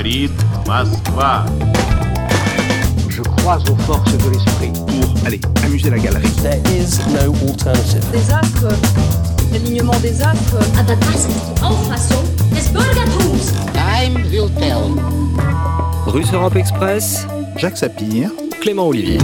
говорит Москва. Je crois aux forces de l'esprit. Pour aller amuser la galerie. There is no alternative. Des astres, l'alignement des astres. Aber das ist die Auffassung des Bürgertums. Time will tell. Russe Europe Express, Jacques Sapir, Clément Olivier.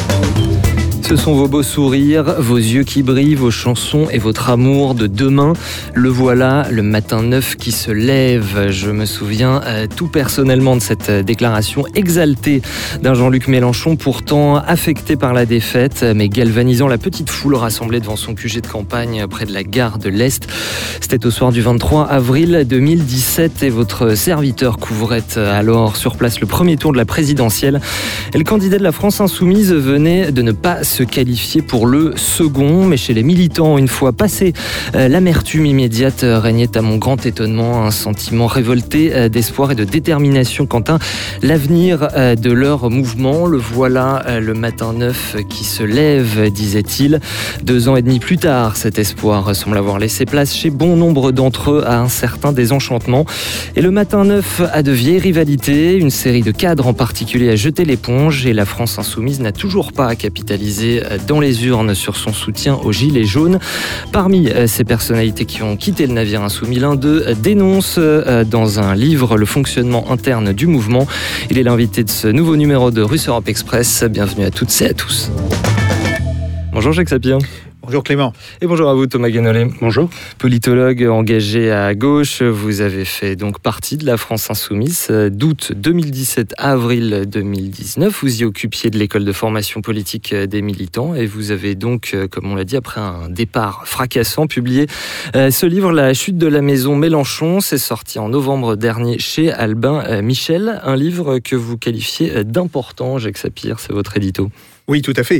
Ce sont vos beaux sourires, vos yeux qui brillent, vos chansons et votre amour de demain. Le voilà, le matin neuf qui se lève. Je me souviens tout personnellement de cette déclaration exaltée d'un Jean-Luc Mélenchon, pourtant affecté par la défaite, mais galvanisant la petite foule rassemblée devant son QG de campagne près de la gare de l'Est. C'était au soir du 23 avril 2017 et votre serviteur couvrait alors sur place le premier tour de la présidentielle. Et le candidat de la France Insoumise venait de ne pas se qualifier pour le second, mais chez les militants, une fois passé l'amertume immédiate, régnait à mon grand étonnement un sentiment révolté d'espoir et de détermination quant à l'avenir de leur mouvement. Le voilà, le matin neuf qui se lève, disait-il. 2 ans et demi plus tard, cet espoir semble avoir laissé place chez bon nombre d'entre eux à un certain désenchantement. Et le matin neuf a de vieilles rivalités, une série de cadres en particulier a jeté l'éponge et la France Insoumise n'a toujours pas capitalisé dans les urnes sur son soutien aux Gilets jaunes. Parmi ces personnalités qui ont quitté le navire insoumis, l'un d'eux dénonce dans un livre le fonctionnement interne du mouvement. Il est l'invité de ce nouveau numéro de Russe Europe Express. Bienvenue à toutes et à tous. Bonjour Jacques Sapir. Bonjour Clément. Et bonjour à vous Thomas Guénolé. Bonjour. Politologue engagé à gauche, vous avez fait donc partie de la France Insoumise d'août 2017 à avril 2019. Vous y occupiez de l'école de formation politique des militants et vous avez donc, comme on l'a dit, après un départ fracassant, publié ce livre, La chute de la maison Mélenchon. C'est sorti en novembre dernier chez Albin Michel. Un livre que vous qualifiez d'important, Jacques Sapir, c'est votre édito. Oui, tout à fait.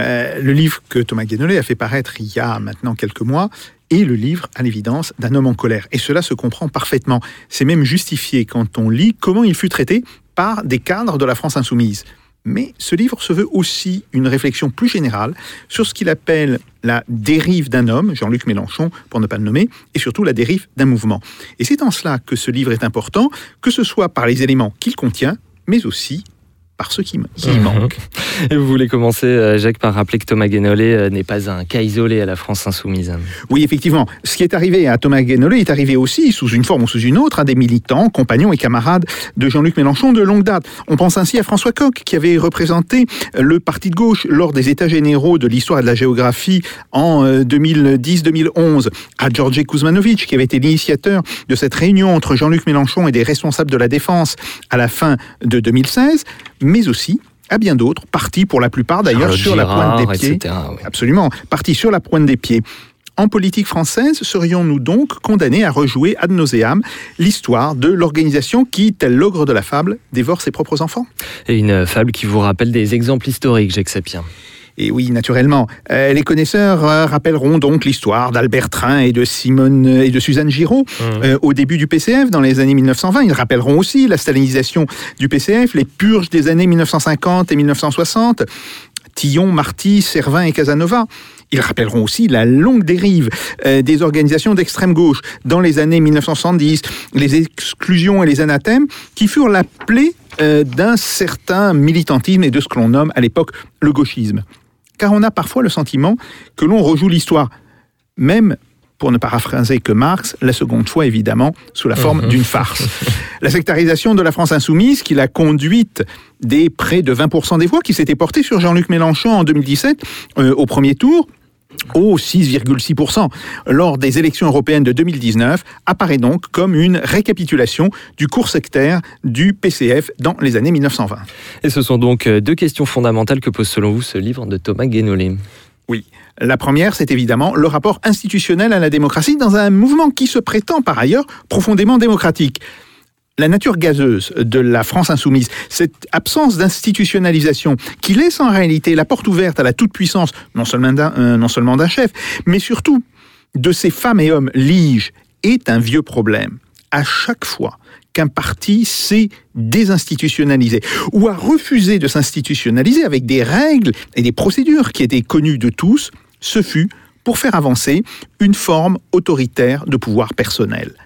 Le livre que Thomas Guénolé a fait paraître il y a maintenant quelques mois est le livre, à l'évidence, d'un homme en colère. Et cela se comprend parfaitement. C'est même justifié quand on lit comment il fut traité par des cadres de la France Insoumise. Mais ce livre se veut aussi une réflexion plus générale sur ce qu'il appelle la dérive d'un homme, Jean-Luc Mélenchon, pour ne pas le nommer, et surtout la dérive d'un mouvement. Et c'est en cela que ce livre est important, que ce soit par les éléments qu'il contient, mais aussi par ceux qui y manquent. Et vous voulez commencer, Jacques, par rappeler que Thomas Guénolé n'est pas un cas isolé à la France Insoumise. Oui, effectivement. Ce qui est arrivé à Thomas Guénolé est arrivé aussi, sous une forme ou sous une autre, à des militants, compagnons et camarades de Jean-Luc Mélenchon de longue date. On pense ainsi à François Coq, qui avait représenté le parti de gauche lors des États généraux de l'histoire et de la géographie en 2010-2011, à Georgi Kuzmanovic, qui avait été l'initiateur de cette réunion entre Jean-Luc Mélenchon et des responsables de la défense à la fin de 2016, mais aussi à bien d'autres, partis pour la plupart d'ailleurs sur la pointe des pieds. Etc., oui. Absolument, partis sur la pointe des pieds. En politique française, serions-nous donc condamnés à rejouer ad nauseam l'histoire de l'organisation qui, tel l'ogre de la fable, dévore ses propres enfants ? Et une fable qui vous rappelle des exemples historiques, Jacques Sapir. Et oui, naturellement. Les connaisseurs rappelleront donc l'histoire d'Albert Train et de Simone et de Suzanne Giraud au début du PCF dans les années 1920. Ils rappelleront aussi la stalinisation du PCF, les purges des années 1950 et 1960, Tillon, Marty, Servin et Casanova. Ils rappelleront aussi la longue dérive des organisations d'extrême gauche dans les années 1970, les exclusions et les anathèmes qui furent la plaie d'un certain militantisme et de ce que l'on nomme à l'époque le gauchisme. Car on a parfois le sentiment que l'on rejoue l'histoire, même, pour ne paraphraser que Marx, la seconde fois évidemment, sous la forme d'une farce. La sectarisation de la France Insoumise, qui l'a conduite des près de 20% des voix qui s'étaient portées sur Jean-Luc Mélenchon en 2017, au premier tour, au 6,6% lors des élections européennes de 2019, apparaît donc comme une récapitulation du cours sectaire du PCF dans les années 1920. Et ce sont donc 2 questions fondamentales que pose selon vous ce livre de Thomas Guénolé. Oui. La première, c'est évidemment le rapport institutionnel à la démocratie dans un mouvement qui se prétend par ailleurs profondément démocratique. La nature gazeuse de la France insoumise, cette absence d'institutionnalisation qui laisse en réalité la porte ouverte à la toute-puissance, non seulement d'un chef, mais surtout de ces femmes et hommes liges, est un vieux problème. À chaque fois qu'un parti s'est désinstitutionnalisé ou a refusé de s'institutionnaliser avec des règles et des procédures qui étaient connues de tous, ce fut pour faire avancer une forme autoritaire de pouvoir personnel.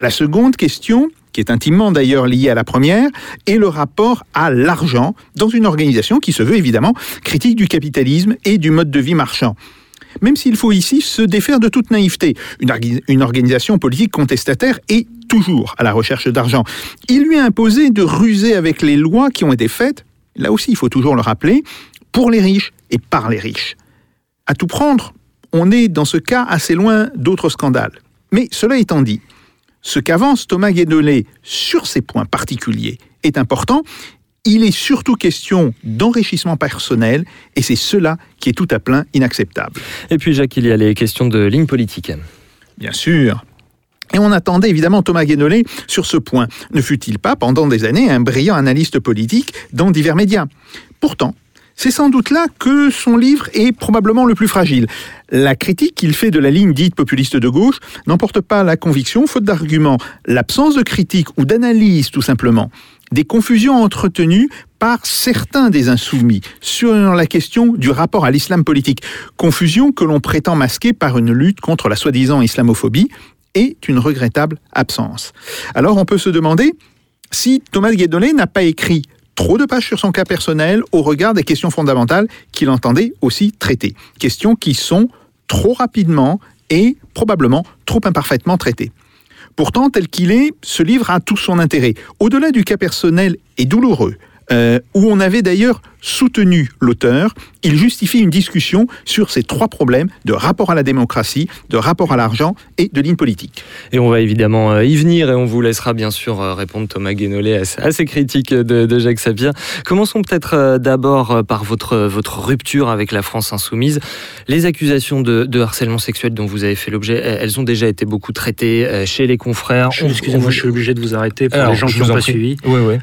La seconde question, qui est intimement d'ailleurs liée à la première, est le rapport à l'argent dans une organisation qui se veut évidemment critique du capitalisme et du mode de vie marchand. Même s'il faut ici se défaire de toute naïveté. Une organisation politique contestataire est toujours à la recherche d'argent. Il lui a imposé de ruser avec les lois qui ont été faites, là aussi il faut toujours le rappeler, pour les riches et par les riches. À tout prendre, on est dans ce cas assez loin d'autres scandales. Mais cela étant dit, ce qu'avance Thomas Guénolé sur ces points particuliers est important. Il est surtout question d'enrichissement personnel et c'est cela qui est tout à plein inacceptable. Et puis Jacques, il y a les questions de ligne politique. Bien sûr. Et on attendait évidemment Thomas Guénolé sur ce point. Ne fut-il pas pendant des années un brillant analyste politique dans divers médias ? Pourtant, c'est sans doute là que son livre est probablement le plus fragile. La critique qu'il fait de la ligne dite populiste de gauche n'emporte pas la conviction, faute d'arguments, l'absence de critique ou d'analyse tout simplement, des confusions entretenues par certains des insoumis sur la question du rapport à l'islam politique. Confusion que l'on prétend masquer par une lutte contre la soi-disant islamophobie est une regrettable absence. Alors on peut se demander si Thomas Guénolé n'a pas écrit trop de pages sur son cas personnel au regard des questions fondamentales qu'il entendait aussi traiter. Questions qui sont trop rapidement et probablement trop imparfaitement traitées. Pourtant, tel qu'il est, ce livre a tout son intérêt. Au-delà du cas personnel et douloureux, où on avait d'ailleurs soutenu l'auteur, il justifie une discussion sur ces trois problèmes de rapport à la démocratie, de rapport à l'argent et de ligne politique. Et on va évidemment y venir et on vous laissera bien sûr répondre Thomas Guénolé à ces critiques de Jacques Sapir. Commençons peut-être d'abord par votre rupture avec la France insoumise. Les accusations de harcèlement sexuel dont vous avez fait l'objet, elles ont déjà été beaucoup traitées chez les confrères. Excusez-moi, je suis obligé de vous arrêter pour les gens qui n'ont pas suivi. Oui.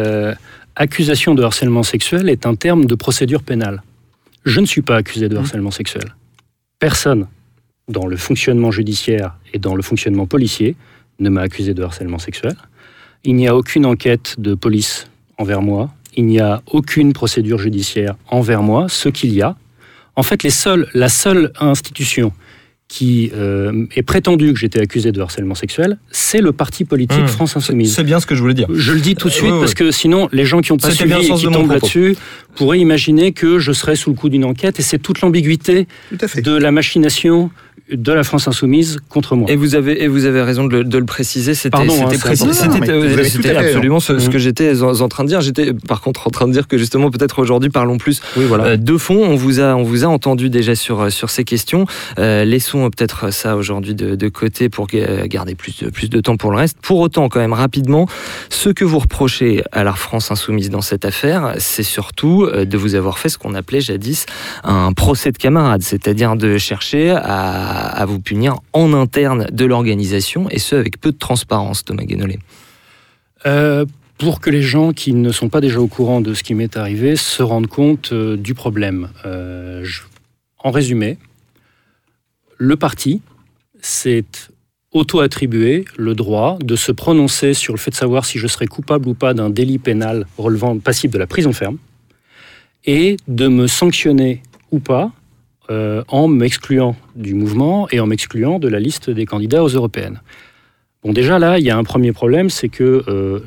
Accusation de harcèlement sexuel est un terme de procédure pénale. Je ne suis pas accusé de harcèlement sexuel. Personne, dans le fonctionnement judiciaire et dans le fonctionnement policier, ne m'a accusé de harcèlement sexuel. Il n'y a aucune enquête de police envers moi. Il n'y a aucune procédure judiciaire envers moi. Ce qu'il y a, en fait, la seule institution qui est prétendu que j'étais accusé de harcèlement sexuel, c'est le parti politique France Insoumise. C'est bien ce que je voulais dire. Je le dis tout de suite parce que sinon, les gens qui n'ont pas suivi et qui tombent là-dessus pourraient imaginer que je serais sous le coup d'une enquête et c'est toute l'ambiguïté de la machination de la France Insoumise contre moi. Et vous avez raison de le préciser. C'était absolument ce que j'étais en train de dire. J'étais par contre en train de dire que justement peut-être aujourd'hui parlons plus de fond. On vous a entendu déjà sur ces questions. Laissons peut-être ça aujourd'hui de côté pour garder plus de temps pour le reste. Pour autant, quand même rapidement, ce que vous reprochez à la France Insoumise dans cette affaire, c'est surtout de vous avoir fait ce qu'on appelait jadis un procès de camarades, c'est-à-dire de chercher à vous punir en interne de l'organisation, et ce avec peu de transparence, Thomas Guénolé. Pour que les gens qui ne sont pas déjà au courant de ce qui m'est arrivé se rendent compte du problème. En résumé, le parti s'est auto-attribué le droit de se prononcer sur le fait de savoir si je serais coupable ou pas d'un délit pénal relevant passible de la prison ferme, et de me sanctionner ou pas en m'excluant du mouvement et en m'excluant de la liste des candidats aux européennes. Bon, déjà là, il y a un premier problème, c'est que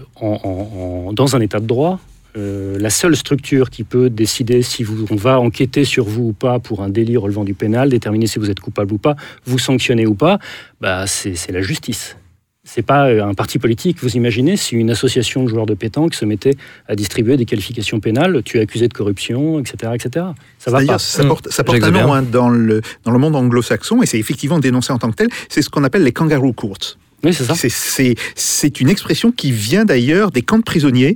dans un état de droit, la seule structure qui peut décider si on va enquêter sur vous ou pas pour un délit relevant du pénal, déterminer si vous êtes coupable ou pas, vous sanctionner ou pas, c'est la justice. C'est pas un parti politique. Vous imaginez si une association de joueurs de pétanque se mettait à distribuer des qualifications pénales, tu es accusé de corruption, etc., etc. Ça va pas. Ça porte un nom dans le monde anglo-saxon, et c'est effectivement dénoncé en tant que tel. C'est ce qu'on appelle les kangaroo courts. Oui, c'est ça. C'est une expression qui vient d'ailleurs des camps de prisonniers.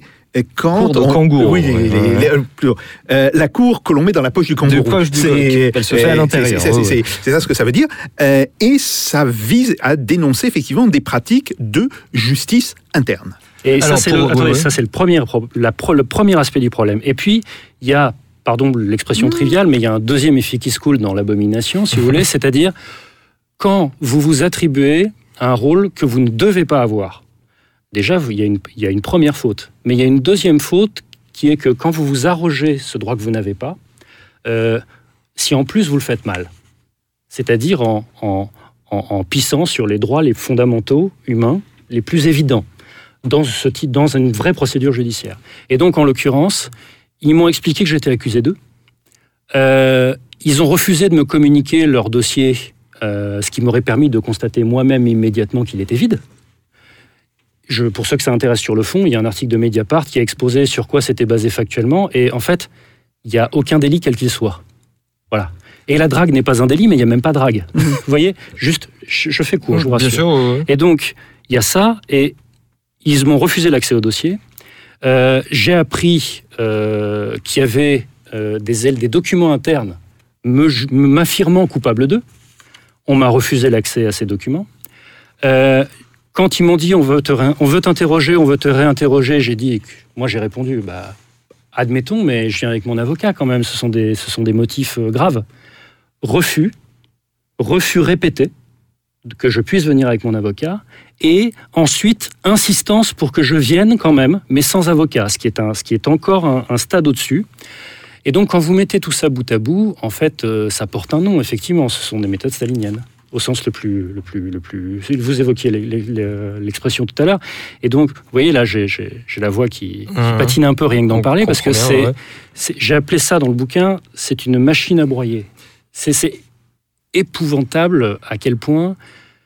La cour que l'on met dans la poche du kangourou. Elle se fait à l'intérieur. C'est ça ce que ça veut dire. Et ça vise à dénoncer effectivement des pratiques de justice interne. Et ça, c'est le premier aspect du problème. Et puis, il y a, pardon l'expression triviale, mais il y a un deuxième effet qui se coule dans l'abomination, si vous voulez, c'est-à-dire quand vous vous attribuez un rôle que vous ne devez pas avoir. Déjà, il y a une première faute. Mais il y a une deuxième faute qui est que quand vous vous arrogez ce droit que vous n'avez pas, si en plus vous le faites mal, c'est-à-dire en pissant sur les droits les fondamentaux humains, les plus évidents dans une vraie procédure judiciaire. Et donc, en l'occurrence, ils m'ont expliqué que j'étais accusé d'eux. Ils ont refusé de me communiquer leur dossier, ce qui m'aurait permis de constater moi-même immédiatement qu'il était vide. Pour ceux que ça intéresse sur le fond, il y a un article de Mediapart qui a exposé sur quoi c'était basé factuellement, et en fait, il n'y a aucun délit quel qu'il soit. Voilà. Et la drague n'est pas un délit, mais il n'y a même pas de drague. Vous voyez, juste, je fais court, je vous rassure. Bien sûr. Et donc, il y a ça, et ils m'ont refusé l'accès au dossier. J'ai appris qu'il y avait des documents internes m'affirmant coupable d'eux. On m'a refusé l'accès à ces documents. Quand ils m'ont dit on veut t'interroger, on veut te réinterroger, moi j'ai répondu admettons, mais je viens avec mon avocat quand même, ce sont des motifs graves. Refus répété que je puisse venir avec mon avocat, et ensuite insistance pour que je vienne quand même, mais sans avocat, ce qui est encore un stade au-dessus. Et donc quand vous mettez tout ça bout à bout, en fait, ça porte un nom, effectivement, ce sont des méthodes staliniennes, au sens le plus. Vous évoquiez l'expression tout à l'heure, et donc, vous voyez, là, j'ai la voix qui patine un peu rien que d'en parler, parce que j'ai appelé ça dans le bouquin, c'est une machine à broyer. C'est épouvantable à quel point,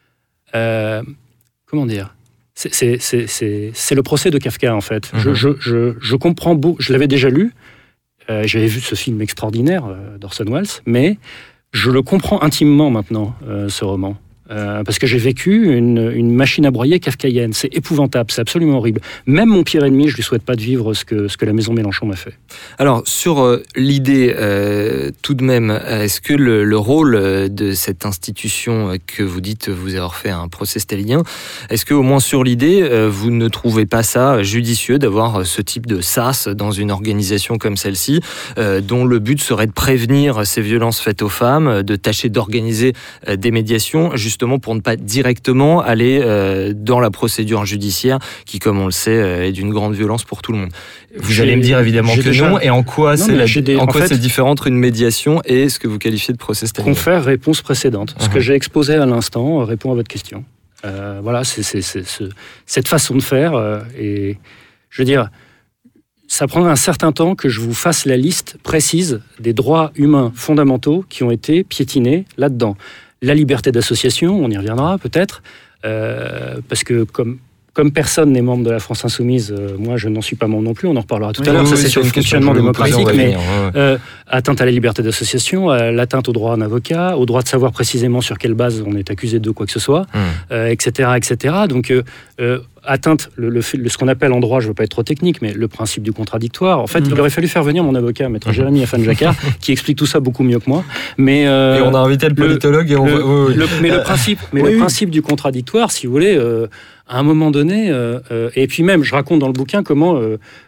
comment dire, c'est le procès de Kafka, en fait. Je comprends je l'avais déjà lu, j'avais vu ce film extraordinaire d'Orson Welles, mais je le comprends intimement maintenant, ce roman. Parce que j'ai vécu une machine à broyer kafkaïenne. C'est épouvantable, c'est absolument horrible. Même mon pire ennemi, je lui souhaite pas de vivre ce que la Maison Mélenchon m'a fait. Alors, sur l'idée, tout de même, est-ce que le rôle de cette institution que vous dites vous avoir fait un procès stalinien, est-ce que au moins sur l'idée, vous ne trouvez pas ça judicieux d'avoir ce type de sas dans une organisation comme celle-ci, dont le but serait de prévenir ces violences faites aux femmes, de tâcher d'organiser des médiations, justement pour ne pas directement aller dans la procédure judiciaire qui, comme on le sait, est d'une grande violence pour tout le monde. Vous allez me dire évidemment que non, et en quoi c'est différent entre une médiation et ce que vous qualifiez de procès stalinien. Confère réponse précédente. Ce que j'ai exposé à l'instant répond à votre question. Voilà, c'est cette façon de faire, et je veux dire, ça prendra un certain temps que je vous fasse la liste précise des droits humains fondamentaux qui ont été piétinés là-dedans. La liberté d'association, on y reviendra peut-être, parce que comme personne n'est membre de la France Insoumise, moi je n'en suis pas membre non plus, on en reparlera tout à l'heure, ça c'est sur le fonctionnement démocratique, mais atteinte à la liberté d'association, l'atteinte au droit à un avocat, au droit de savoir précisément sur quelle base on est accusé de quoi que ce soit, etc. Donc atteinte, ce qu'on appelle en droit, je ne veux pas être trop technique, mais le principe du contradictoire. En fait, il aurait fallu faire venir mon avocat, maître Jérémy Afan-Jacquard, qui explique tout ça beaucoup mieux que moi. Mais, et on a invité le politologue. Le principe du contradictoire, si vous voulez, à un moment donné, et puis même, je raconte dans le bouquin comment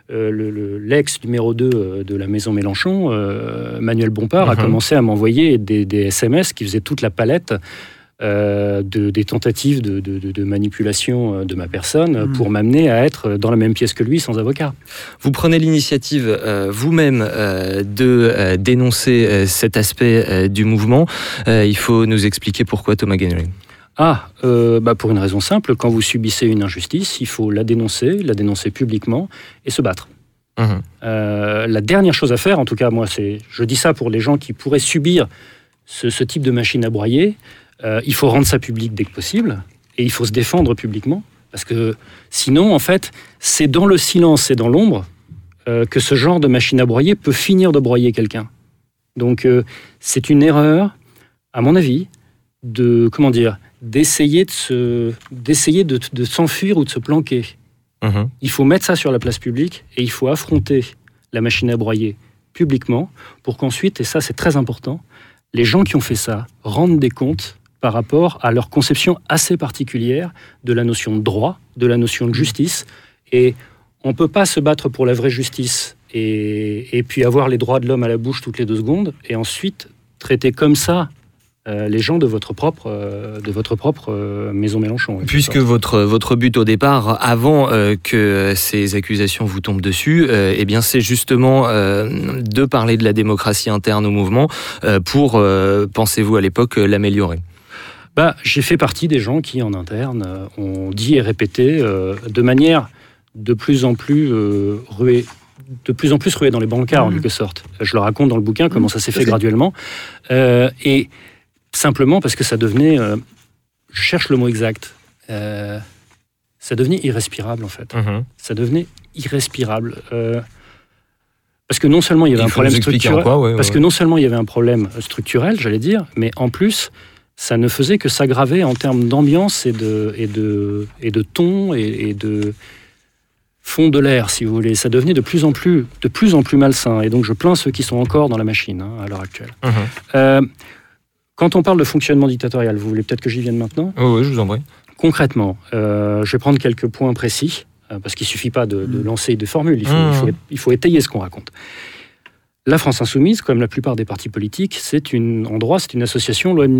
l'ex numéro 2 de la Maison Mélenchon, Manuel Bompard, a commencé à m'envoyer des SMS qui faisaient toute la palette des tentatives de manipulation de ma personne pour m'amener à être dans la même pièce que lui sans avocat. Vous prenez l'initiative vous-même de dénoncer cet aspect du mouvement. Il faut nous expliquer pourquoi, Thomas Guénolé. Pour une raison simple, quand vous subissez une injustice, il faut la dénoncer publiquement et se battre. La dernière chose à faire, en tout cas moi, je dis ça pour les gens qui pourraient subir ce type de machine à broyer. Il faut rendre ça public dès que possible, et il faut se défendre publiquement, parce que sinon, en fait, c'est dans le silence et dans l'ombre que ce genre de machine à broyer peut finir de broyer quelqu'un. Donc, c'est une erreur, à mon avis, d'essayer de s'enfuir ou de se planquer. Il faut mettre ça sur la place publique, et il faut affronter la machine à broyer publiquement, pour qu'ensuite, et ça c'est très important, les gens qui ont fait ça rendent des comptes par rapport à leur conception assez particulière de la notion de droit, de la notion de justice. Et on ne peut pas se battre pour la vraie justice et puis avoir les droits de l'homme à la bouche toutes les 2 secondes et ensuite traiter comme ça les gens de votre propre Maison Mélenchon. Puisque votre but au départ, avant que ces accusations vous tombent dessus, c'est justement de parler de la démocratie interne au mouvement pour, pensez-vous à l'époque, l'améliorer. J'ai fait partie des gens qui, en interne, ont dit et répété de manière de plus en plus ruée dans les brancards, en quelque sorte. Je le raconte dans le bouquin, comment ça s'est fait graduellement. Et simplement parce que ça devenait... je cherche le mot exact. Ça devenait irrespirable, en fait. Ça devenait irrespirable. Parce que non seulement il y avait un problème structurel, que non seulement il y avait un problème structurel, j'allais dire, mais en plus, ça ne faisait que s'aggraver en termes d'ambiance et de ton et de fond de l'air, si vous voulez. Ça devenait de plus en plus malsain. Et donc, je plains ceux qui sont encore dans la machine à l'heure actuelle. Quand on parle de fonctionnement dictatorial, vous voulez peut-être que j'y vienne maintenant ? Oui, je vous en prie. Concrètement, je vais prendre quelques points précis, parce qu'il ne suffit pas de lancer des formules, il faut étayer ce qu'on raconte. La France Insoumise, comme la plupart des partis politiques, en droit, c'est une association loi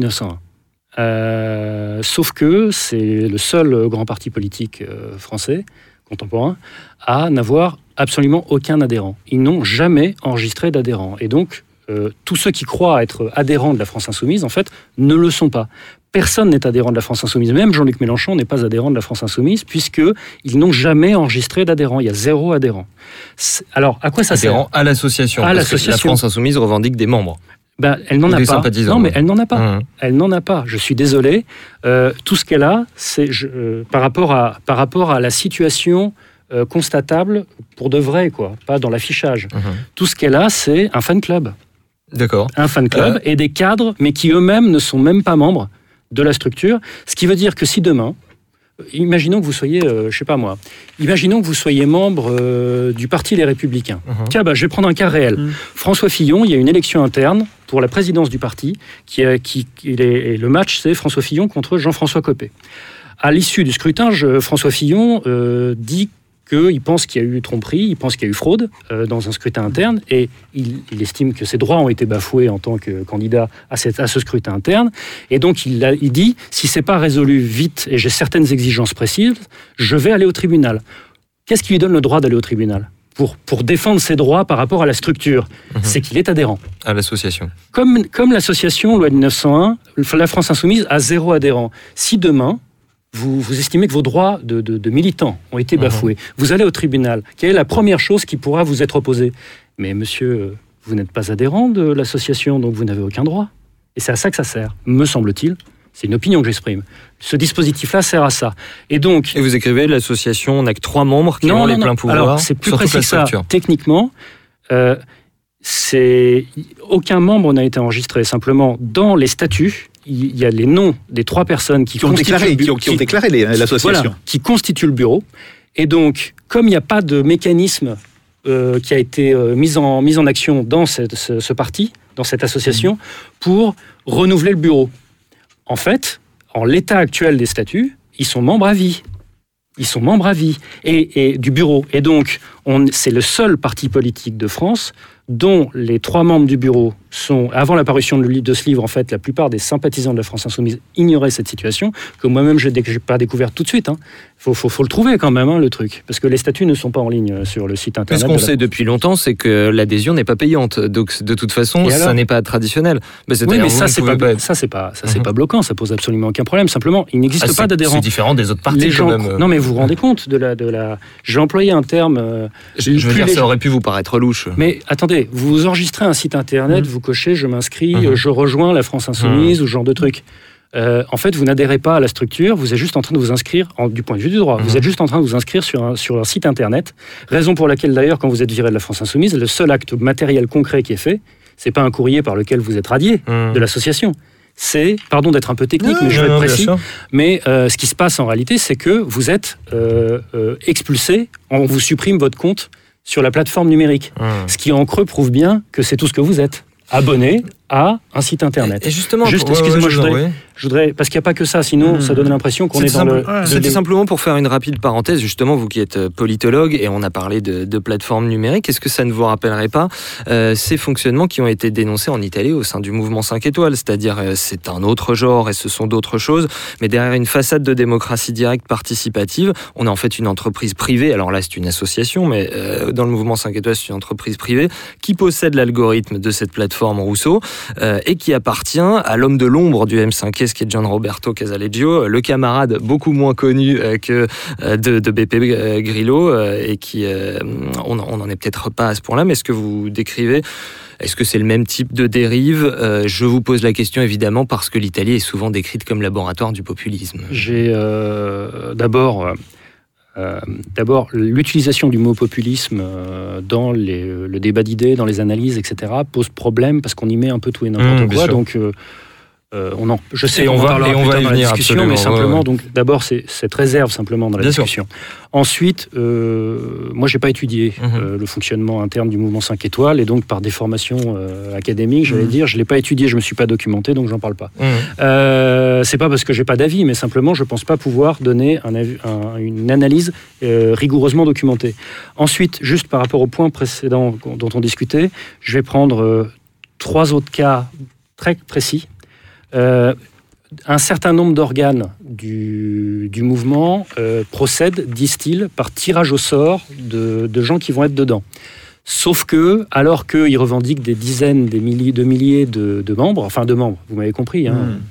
1901. Sauf que c'est le seul grand parti politique français, contemporain, à n'avoir absolument aucun adhérent. Ils n'ont jamais enregistré d'adhérent. Et donc, tous ceux qui croient être adhérents de la France Insoumise, en fait, ne le sont pas. Personne n'est adhérent de la France Insoumise. Même Jean-Luc Mélenchon n'est pas adhérent de la France Insoumise, puisqu'ils n'ont jamais enregistré d'adhérent. Il y a 0 adhérent. Alors, à quoi ça sert ? Adhérent à l'association. Parce que la France Insoumise revendique des membres. Elle n'en a pas. Non, mais elle n'en a pas. Elle n'en a pas. Je suis désolé. Tout ce qu'elle a, c'est par rapport à la situation constatable pour de vrai, quoi, pas dans l'affichage. Tout ce qu'elle a, c'est un fan club. D'accord. Un fan club et des cadres, mais qui eux-mêmes ne sont même pas membres de la structure. Ce qui veut dire que si demain, imaginons que vous soyez, imaginons que vous soyez membre du Parti Les Républicains. Tiens, je vais prendre un cas réel. François Fillon, il y a une élection interne pour la présidence du parti, et le match, c'est François Fillon contre Jean-François Copé. À l'issue du scrutin, François Fillon dit qu'il pense qu'il y a eu tromperie, il pense qu'il y a eu fraude dans un scrutin interne, et il estime que ses droits ont été bafoués en tant que candidat à ce scrutin interne. Et donc il dit, si c'est pas résolu vite et j'ai certaines exigences précises, je vais aller au tribunal. Qu'est-ce qui lui donne le droit d'aller au tribunal ? Pour défendre ses droits par rapport à la structure, c'est qu'il est adhérent. À l'association. Comme l'association, loi de 1901, la France Insoumise a 0 adhérent. Si demain, vous estimez que vos droits de militants ont été bafoués, vous allez au tribunal. Quelle est la première chose qui pourra vous être opposée ? Mais monsieur, vous n'êtes pas adhérent de l'association, donc vous n'avez aucun droit. Et c'est à ça que ça sert, me semble-t-il. C'est une opinion que j'exprime. Ce dispositif-là sert à ça. Et vous écrivez, l'association n'a que 3 membres qui ont les pleins pouvoirs. Alors, c'est plus précis que ça. Techniquement, aucun membre n'a été enregistré. Simplement, dans les statuts, il y a les noms des 3 personnes qui ont déclaré l'association. Voilà, qui constituent le bureau. Et donc, comme il n'y a pas de mécanisme qui a été mis en action dans ce parti, dans cette association, pour renouveler le bureau. En fait, en l'état actuel des statuts, ils sont membres à vie. Ils sont membres à vie et du bureau. Et donc, c'est le seul parti politique de France dont les 3 membres du bureau sont, avant la parution de ce livre, en fait, la plupart des sympathisants de la France Insoumise ignoraient cette situation, que moi-même, je n'ai pas découvert tout de suite. Faut le trouver quand même, le truc. Parce que les statuts ne sont pas en ligne sur le site internet. Ce qu'on sait depuis longtemps, c'est que l'adhésion n'est pas payante. Donc, de toute façon, ça n'est pas traditionnel. Mais ça, c'est pas bloquant. Ça pose absolument aucun problème. Simplement, il n'existe pas d'adhérents. C'est différent des autres partis, quand même. Non, mais vous vous rendez compte de la... J'ai employé un terme... je veux dire, ça aurait pu vous paraître louche. Mais attendez, vous enregistrez un site internet, vous cochez, je m'inscris, je rejoins la France Insoumise ou ce genre de trucs. En fait, vous n'adhérez pas à la structure, vous êtes juste en train de vous inscrire, du point de vue du droit, vous êtes juste en train de vous inscrire sur un site internet. Raison pour laquelle, d'ailleurs, quand vous êtes viré de la France Insoumise, le seul acte matériel concret qui est fait, c'est pas un courrier par lequel vous êtes radié de l'association. C'est, pardon d'être un peu technique, mais je vais être précis, mais ce qui se passe en réalité, c'est que vous êtes expulsé, on vous supprime votre compte sur la plateforme numérique. Ce qui en creux prouve bien que c'est tout ce que vous êtes. Abonné à un site internet. Et justement, excusez-moi, je voudrais, parce qu'il n'y a pas que ça, sinon ça donne l'impression qu'on est dans le... C'était simplement pour faire une rapide parenthèse, justement, vous qui êtes politologue, et on a parlé de plateformes numériques, est-ce que ça ne vous rappellerait pas ces fonctionnements qui ont été dénoncés en Italie au sein du mouvement 5 étoiles, c'est-à-dire c'est un autre genre et ce sont d'autres choses, mais derrière une façade de démocratie directe participative, on a en fait une entreprise privée, alors là c'est une association, mais dans le mouvement 5 étoiles c'est une entreprise privée qui possède l'algorithme de cette plateforme Rousseau, et qui appartient à l'homme de l'ombre du M5S, qui est Gianroberto Casaleggio, le camarade beaucoup moins connu que de Beppe Grillo, et qui, on n'en est peut-être pas à ce point-là, mais est-ce que vous décrivez, est-ce que c'est le même type de dérive ? Je vous pose la question évidemment parce que l'Italie est souvent décrite comme laboratoire du populisme. J'ai d'abord l'utilisation du mot populisme dans le débat d'idées, dans les analyses, etc. pose problème parce qu'on y met un peu tout et n'importe quoi. Donc je sais, on va y venir dans la discussion, mais simplement, donc d'abord c'est cette réserve simplement dans la discussion. Ensuite, moi j'ai pas étudié le fonctionnement interne du mouvement 5 étoiles, et donc par des formations académiques, j'allais dire, je l'ai pas étudié, je me suis pas documenté, donc j'en parle pas. C'est pas parce que j'ai pas d'avis, mais simplement je pense pas pouvoir donner une analyse rigoureusement documentée. Ensuite, juste par rapport au point précédent dont on discutait, je vais prendre 3 autres cas très précis. Un certain nombre d'organes du mouvement procèdent, disent-ils, par tirage au sort de gens qui vont être dedans. Sauf que, alors qu'ils revendiquent des dizaines, de milliers de membres, vous m'avez compris,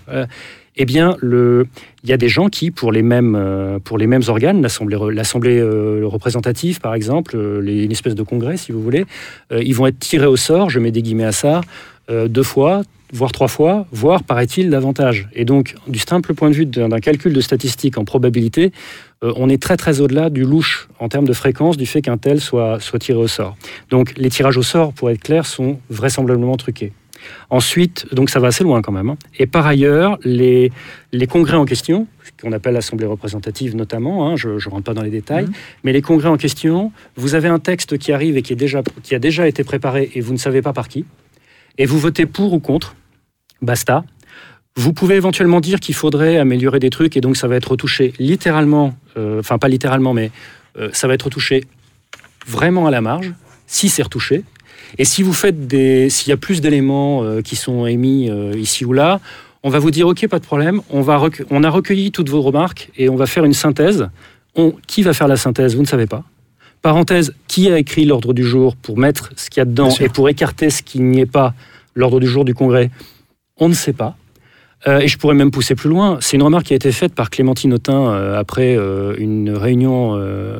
eh bien, il y a des gens qui, pour les mêmes organes, l'Assemblée représentative, par exemple, une espèce de congrès, si vous voulez, ils vont être tirés au sort, je mets des guillemets à ça, 2 fois, voire 3 fois, voire, paraît-il, davantage. Et donc, du simple point de vue d'un calcul de statistiques en probabilité, on est très très au-delà du louche en termes de fréquence du fait qu'un tel soit tiré au sort. Donc, les tirages au sort, pour être clair, sont vraisemblablement truqués. Ensuite, donc ça va assez loin quand même. Et par ailleurs, les congrès en question, qu'on appelle l'Assemblée représentative notamment, je ne rentre pas dans les détails, mais les congrès en question, vous avez un texte qui arrive et qui a déjà été préparé et vous ne savez pas par qui, et vous votez pour ou contre, basta. Vous pouvez éventuellement dire qu'il faudrait améliorer des trucs, et donc ça va être retouché littéralement, pas littéralement, mais ça va être retouché vraiment à la marge, si c'est retouché. Et si vous faites s'il y a plus d'éléments qui sont émis ici ou là, on va vous dire ok, pas de problème, on a recueilli toutes vos remarques et on va faire une synthèse. Qui va faire la synthèse ? Vous ne savez pas. Parenthèse, qui a écrit l'ordre du jour pour mettre ce qu'il y a dedans et pour écarter ce qui n'y est pas, l'ordre du jour du Congrès ? On ne sait pas. Et je pourrais même pousser plus loin. C'est une remarque qui a été faite par Clémentine Autain après une réunion,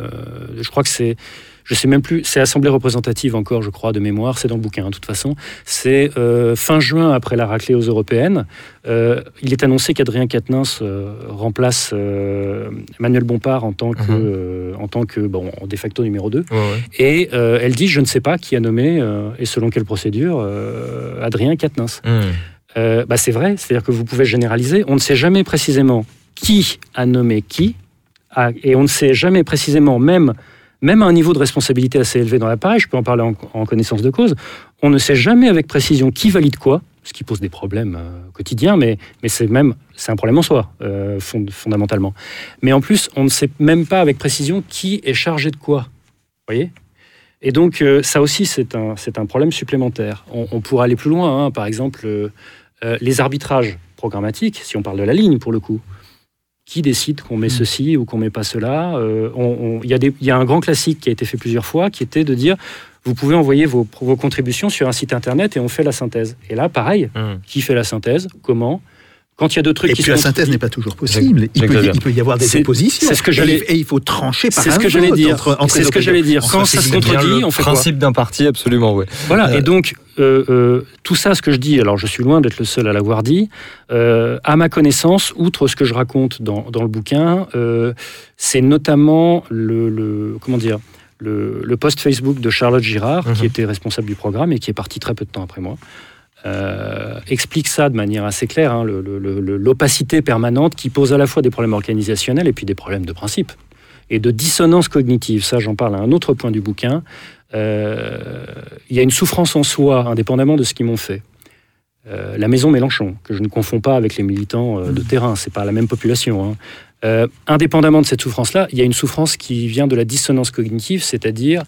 je crois que c'est... Je sais même plus, c'est Assemblée représentative encore, je crois, de mémoire, c'est dans le bouquin, de toute façon. C'est fin juin, après la raclée aux européennes. Il est annoncé qu'Adrien Quatennens remplace Emmanuel Bompard en tant que de facto numéro 2. Et elle dit, je ne sais pas qui a nommé, et selon quelle procédure, Adrien Quatennens. C'est vrai, c'est-à-dire que vous pouvez généraliser. On ne sait jamais précisément qui a nommé qui, et on ne sait jamais précisément, même à un niveau de responsabilité assez élevé dans l'appareil, je peux en parler en connaissance de cause, on ne sait jamais avec précision qui valide quoi, ce qui pose des problèmes quotidiens, mais c'est un problème en soi, fondamentalement. Mais en plus, on ne sait même pas avec précision qui est chargé de quoi. Vous voyez ? Et donc, ça aussi, c'est un problème supplémentaire. On pourrait aller plus loin, par exemple, les arbitrages programmatiques, si on parle de la ligne pour le coup. Qui décide qu'on met ceci ou qu'on met pas cela ? Il y a un grand classique qui a été fait plusieurs fois, qui était de dire, vous pouvez envoyer vos contributions sur un site internet et on fait la synthèse. Et là, pareil, qui fait la synthèse ? Comment ? Quand il y a deux trucs qui sont... Et puis la synthèse n'est pas toujours possible. Il peut y avoir des oppositions. C'est ce que j'allais... Et il faut trancher par un vote. C'est ce que j'allais dire. C'est ce que j'allais dire. Quand ça se contredit, on fait quoi ? Principe d'un parti, absolument, oui. Voilà, et donc, tout ça, ce que je dis, alors je suis loin d'être le seul à l'avoir dit, à ma connaissance, outre ce que je raconte dans le bouquin, c'est notamment le post Facebook de Charlotte Girard, qui était responsable du programme et qui est partie très peu de temps après moi. Explique ça de manière assez claire, l'opacité permanente qui pose à la fois des problèmes organisationnels et puis des problèmes de principe et de dissonance cognitive. Ça, j'en parle à un autre point du bouquin. Il y a une souffrance en soi, indépendamment de ce qu'ils m'ont fait. La maison Mélenchon, que je ne confonds pas avec les militants de terrain, c'est pas la même population. Indépendamment de cette souffrance-là, il y a une souffrance qui vient de la dissonance cognitive, c'est-à-dire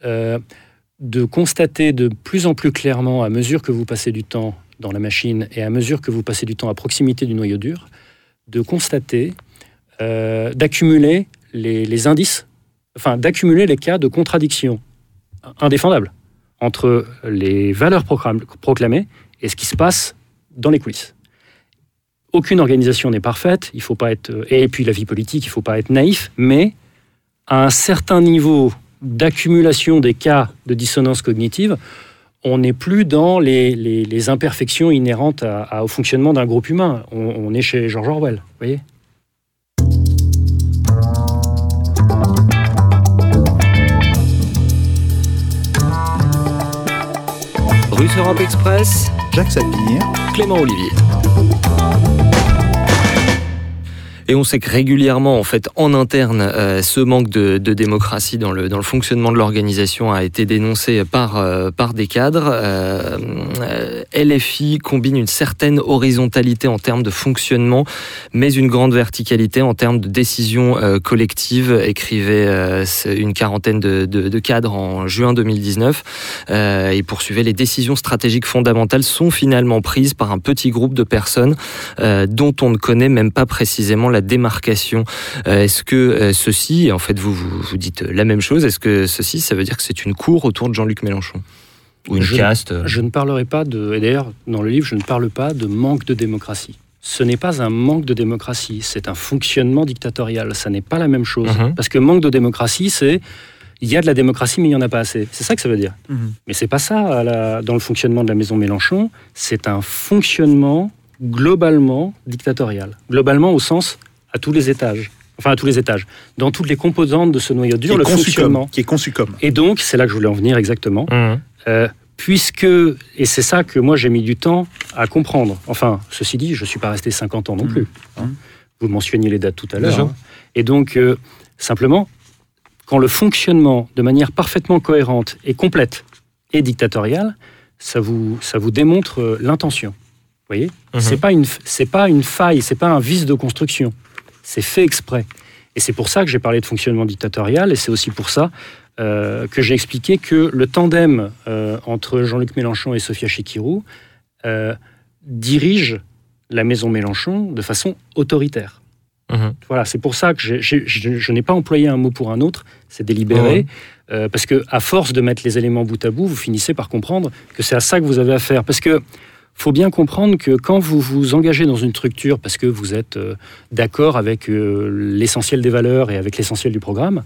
de constater de plus en plus clairement, à mesure que vous passez du temps dans la machine et à mesure que vous passez du temps à proximité du noyau dur, de constater, d'accumuler les indices, d'accumuler les cas de contradiction indéfendables entre les valeurs proclamées et ce qui se passe dans les coulisses. Aucune organisation n'est parfaite, il faut pas être, et puis la vie politique, il ne faut pas être naïf, mais à un certain niveau d'accumulation des cas de dissonance cognitive, on n'est plus dans les imperfections inhérentes au fonctionnement d'un groupe humain. On est chez George Orwell, vous voyez ? Russe Europe Express, Jacques Sapir, Clément Olivier. Et on sait que régulièrement, en fait, en interne, ce manque de démocratie dans le fonctionnement de l'organisation a été dénoncé par des cadres. LFI combine une certaine horizontalité en termes de fonctionnement, mais une grande verticalité en termes de décision collective, écrivait une quarantaine de cadres en juin 2019. Ils poursuivaient: les décisions stratégiques fondamentales sont finalement prises par un petit groupe de personnes dont on ne connaît même pas précisément la démarcation. Est-ce que ceci, en fait vous dites la même chose, est-ce que ceci, ça veut dire que c'est une cour autour de Jean-Luc Mélenchon ? Ou une caste ? Je ne parlerai pas et d'ailleurs dans le livre je ne parle pas de manque de démocratie. Ce n'est pas un manque de démocratie, c'est un fonctionnement dictatorial, ça n'est pas la même chose. Parce que manque de démocratie, c'est il y a de la démocratie mais il n'y en a pas assez. C'est ça que ça veut dire. Mais c'est pas ça dans le fonctionnement de la maison Mélenchon, c'est un fonctionnement globalement dictatorial. Globalement au sens à tous les étages. Enfin, à tous les étages. Dans toutes les composantes de ce noyau dur, le fonctionnement. Qui est conçu comme. Et donc, c'est là que je voulais en venir exactement. Puisque, et c'est ça que moi j'ai mis du temps à comprendre. Enfin, ceci dit, je ne suis pas resté 50 ans non plus. Vous mentionniez les dates tout à l'heure. Et donc, simplement, quand le fonctionnement, de manière parfaitement cohérente et complète, est dictatorial, ça vous démontre l'intention. Vous voyez ? C'est pas une faille, c'est pas un vice de construction. C'est fait exprès. Et c'est pour ça que j'ai parlé de fonctionnement dictatorial, et c'est aussi pour ça que j'ai expliqué que le tandem entre Jean-Luc Mélenchon et Sophia Chikirou dirige la maison Mélenchon de façon autoritaire. Voilà, c'est pour ça que je n'ai pas employé un mot pour un autre, c'est délibéré, parce qu'à force de mettre les éléments bout à bout, vous finissez par comprendre que c'est à ça que vous avez affaire. Parce que faut bien comprendre que quand vous vous engagez dans une structure parce que vous êtes d'accord avec l'essentiel des valeurs et avec l'essentiel du programme,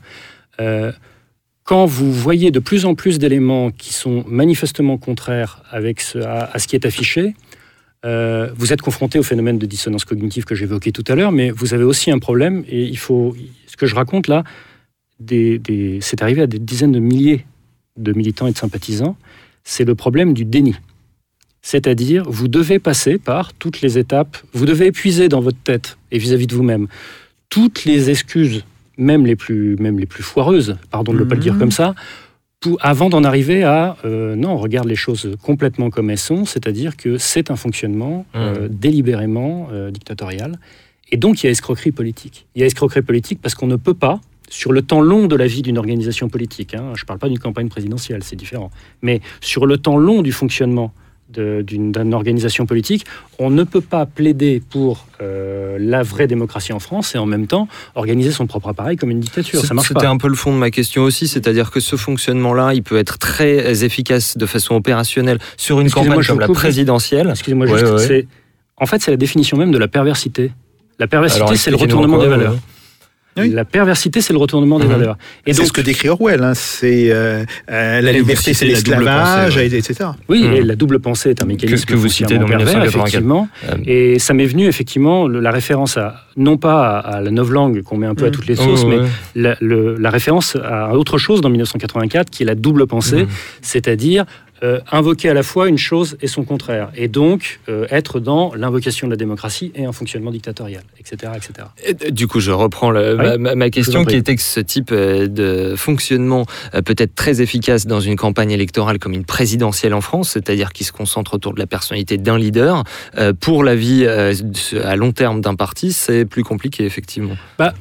quand vous voyez de plus en plus d'éléments qui sont manifestement contraires à ce qui est affiché, vous êtes confronté au phénomène de dissonance cognitive que j'évoquais tout à l'heure, mais vous avez aussi un problème, et ce que je raconte là, c'est arrivé à des dizaines de milliers de militants et de sympathisants, c'est le problème du déni. C'est-à-dire, vous devez passer par toutes les étapes, vous devez épuiser dans votre tête et vis-à-vis de vous-même toutes les excuses, même les plus foireuses, pardon de ne pas le dire comme ça, avant d'en arriver à non, on regarde les choses complètement comme elles sont, c'est-à-dire que c'est un fonctionnement délibérément dictatorial. Et donc, il y a escroquerie politique. Il y a escroquerie politique parce qu'on ne peut pas, sur le temps long de la vie d'une organisation politique, je ne parle pas d'une campagne présidentielle, c'est différent, mais sur le temps long du fonctionnement d'une organisation politique, on ne peut pas plaider pour la vraie démocratie en France et en même temps organiser son propre appareil comme une dictature. Ça marche pas. C'était un peu le fond de ma question aussi, c'est-à-dire que ce fonctionnement-là, il peut être très efficace de façon opérationnelle sur une campagne comme la présidentielle. Excusez-moi, juste, en fait, c'est la définition même de la perversité. La perversité, c'est le retournement des valeurs. Oui. La perversité, c'est le retournement des valeurs. Et c'est donc, ce que décrit Orwell, c'est la liberté, c'est l'esclavage, etc. Oui, et la double pensée est un mécanisme que vous citez dans 1984. Effectivement. Et ça m'est venu, effectivement, la référence non pas à la novlangue qu'on met un peu à toutes les sauces, mais la référence à autre chose dans 1984, qui est la double pensée, c'est-à-dire invoquer à la fois une chose et son contraire, et donc être dans l'invocation de la démocratie et un fonctionnement dictatorial, etc. etc. Et, du coup, je reprends ma question qui était que ce type de fonctionnement peut être très efficace dans une campagne électorale comme une présidentielle en France, c'est-à-dire qui se concentre autour de la personnalité d'un leader. Pour la vie à long terme d'un parti, c'est plus compliqué, effectivement.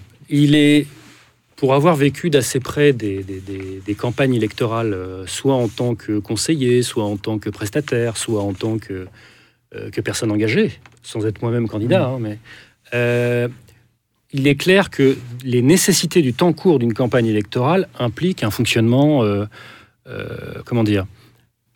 Pour avoir vécu d'assez près des campagnes électorales, soit en tant que conseiller, soit en tant que prestataire, soit en tant que personne engagée, sans être moi-même candidat, mais il est clair que les nécessités du temps court d'une campagne électorale impliquent un fonctionnement,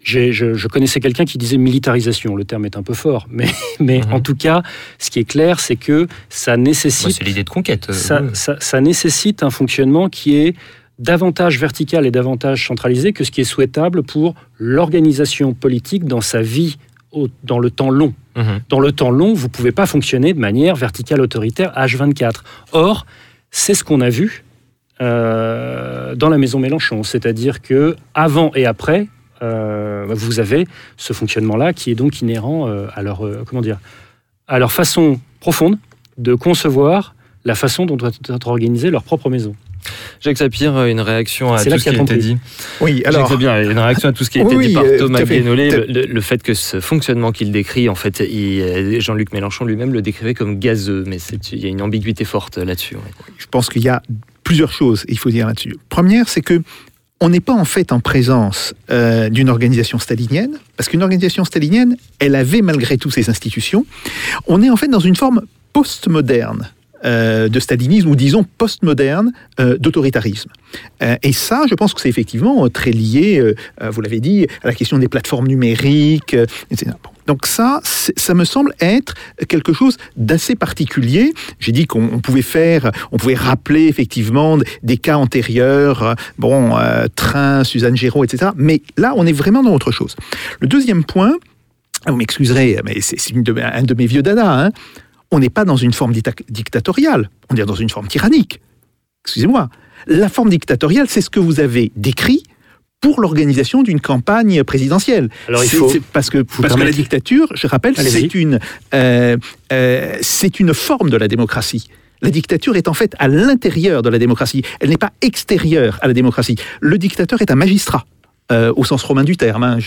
Je connaissais quelqu'un qui disait militarisation. Le terme est un peu fort, mais en tout cas, ce qui est clair, c'est que ça nécessite... c'est l'idée de conquête. Ça nécessite un fonctionnement qui est davantage vertical et davantage centralisé que ce qui est souhaitable pour l'organisation politique dans sa vie dans le temps long. Dans le temps long, vous ne pouvez pas fonctionner de manière verticale autoritaire H24. Or, c'est ce qu'on a vu dans la maison Mélenchon. C'est-à-dire que avant et après, vous avez ce fonctionnement-là qui est donc inhérent à leur façon profonde de concevoir la façon dont doit être organisée leur propre maison. Jacques Sapir, une réaction à tout ce qui a été dit. Oui, alors... Jacques Sapir, une réaction à tout ce qui a été dit par Thomas Guénolé, le fait que ce fonctionnement qu'il décrit, en fait, Jean-Luc Mélenchon lui-même le décrivait comme gazeux, mais il y a une ambiguïté forte là-dessus. Ouais. Je pense qu'il y a plusieurs choses, il faut dire là-dessus. Première, c'est que on n'est pas en fait en présence d'une organisation stalinienne, parce qu'une organisation stalinienne, elle avait malgré tout ses institutions. On est en fait dans une forme postmoderne de stalinisme, ou disons postmoderne d'autoritarisme. Et ça, je pense que c'est effectivement très lié, vous l'avez dit, à la question des plateformes numériques, etc. Donc ça me semble être quelque chose d'assez particulier. J'ai dit qu'on pouvait rappeler effectivement des cas antérieurs, Train, Suzanne Géraud, etc. Mais là, on est vraiment dans autre chose. Le deuxième point, vous m'excuserez, mais c'est un de mes vieux dadas, on n'est pas dans une forme dictatoriale, on est dans une forme tyrannique. Excusez-moi. La forme dictatoriale, c'est ce que vous avez décrit pour l'organisation d'une campagne présidentielle. Alors parce que la dictature, je rappelle, c'est une forme de la démocratie. La dictature est en fait à l'intérieur de la démocratie. Elle n'est pas extérieure à la démocratie. Le dictateur est un magistrat. Au sens romain du terme,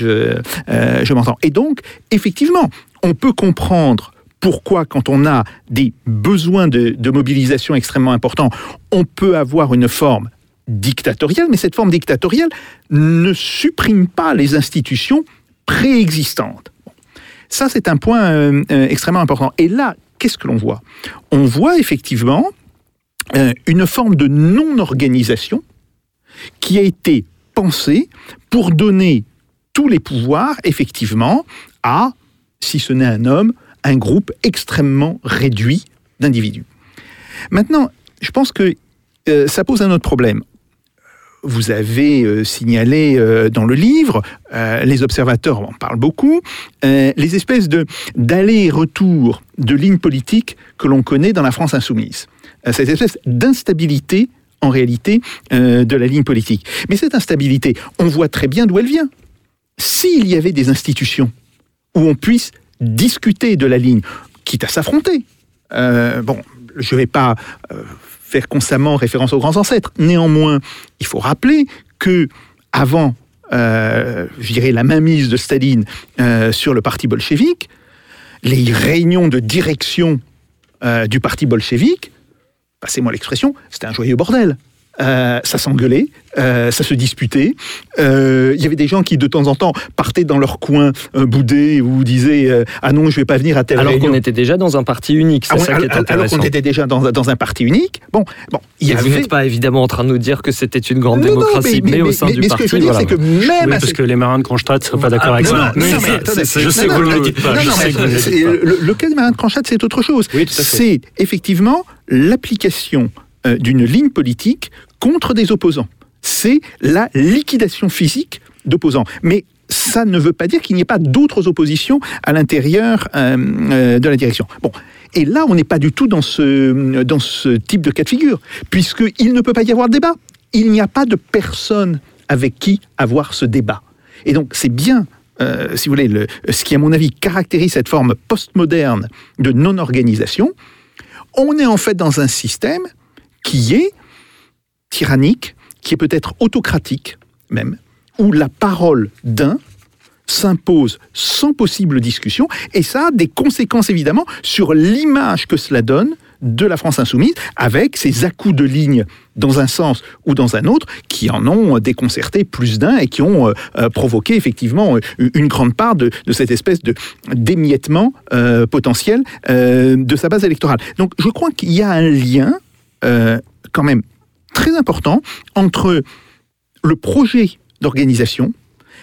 je m'entends. Et donc, effectivement, on peut comprendre pourquoi, quand on a des besoins de mobilisation extrêmement importants, on peut avoir une forme dictatoriale, mais cette forme dictatoriale ne supprime pas les institutions préexistantes. Ça, c'est un point extrêmement important. Et là, qu'est-ce que l'on voit ? On voit effectivement une forme de non-organisation qui a été pensée pour donner tous les pouvoirs, effectivement, à, si ce n'est un homme, un groupe extrêmement réduit d'individus. Maintenant, je pense que ça pose un autre problème. Vous avez signalé dans le livre, les observateurs en parlent beaucoup, les espèces d'aller-retour de lignes politiques que l'on connaît dans la France insoumise. Cette espèce d'instabilité, en réalité, de la ligne politique. Mais cette instabilité, on voit très bien d'où elle vient. S'il y avait des institutions où on puisse discuter de la ligne, quitte à s'affronter. Je ne vais pas faire constamment référence aux grands ancêtres. Néanmoins, il faut rappeler que avant, je dirais, la mainmise de Staline sur le parti bolchevique, les réunions de direction du parti bolchevique, passez-moi l'expression, c'était un joyeux bordel. Ça s'engueulait, ça se disputait. Il y avait des gens qui, de temps en temps, partaient dans leur coin boudés ou disaient « Ah non, je ne vais pas venir à telle réunion ». Alors qu'on était déjà dans un parti unique, c'est ça qui est intéressant. Alors qu'on était déjà dans un parti unique. Vous n'êtes pas évidemment en train de nous dire que c'était une grande démocratie, mais au sein du parti. Mais ce que je veux dire, c'est que même... parce que les marins de Kronstadt ne seraient pas d'accord avec ça. Je sais que vous ne le dites pas. Le cas des marins de Kronstadt, c'est autre chose. Oui, tout à fait. C'est effectivement l'application d'une ligne politique contre des opposants. C'est la liquidation physique d'opposants. Mais ça ne veut pas dire qu'il n'y ait pas d'autres oppositions à l'intérieur de la direction. Et là, on n'est pas du tout dans ce type de cas de figure, puisqu'il ne peut pas y avoir de débat. Il n'y a pas de personne avec qui avoir ce débat. Et donc, c'est bien, si vous voulez, ce qui, à mon avis, caractérise cette forme postmoderne de non-organisation. On est en fait dans un système qui est tyrannique, qui est peut-être autocratique même, où la parole d'un s'impose sans possible discussion, et ça a des conséquences évidemment sur l'image que cela donne de la France insoumise, avec ses à-coups de ligne dans un sens ou dans un autre, qui en ont déconcerté plus d'un et qui ont provoqué effectivement une grande part de cette espèce d'émiettement potentiel de sa base électorale. Donc je crois qu'il y a un lien quand même très important entre le projet d'organisation,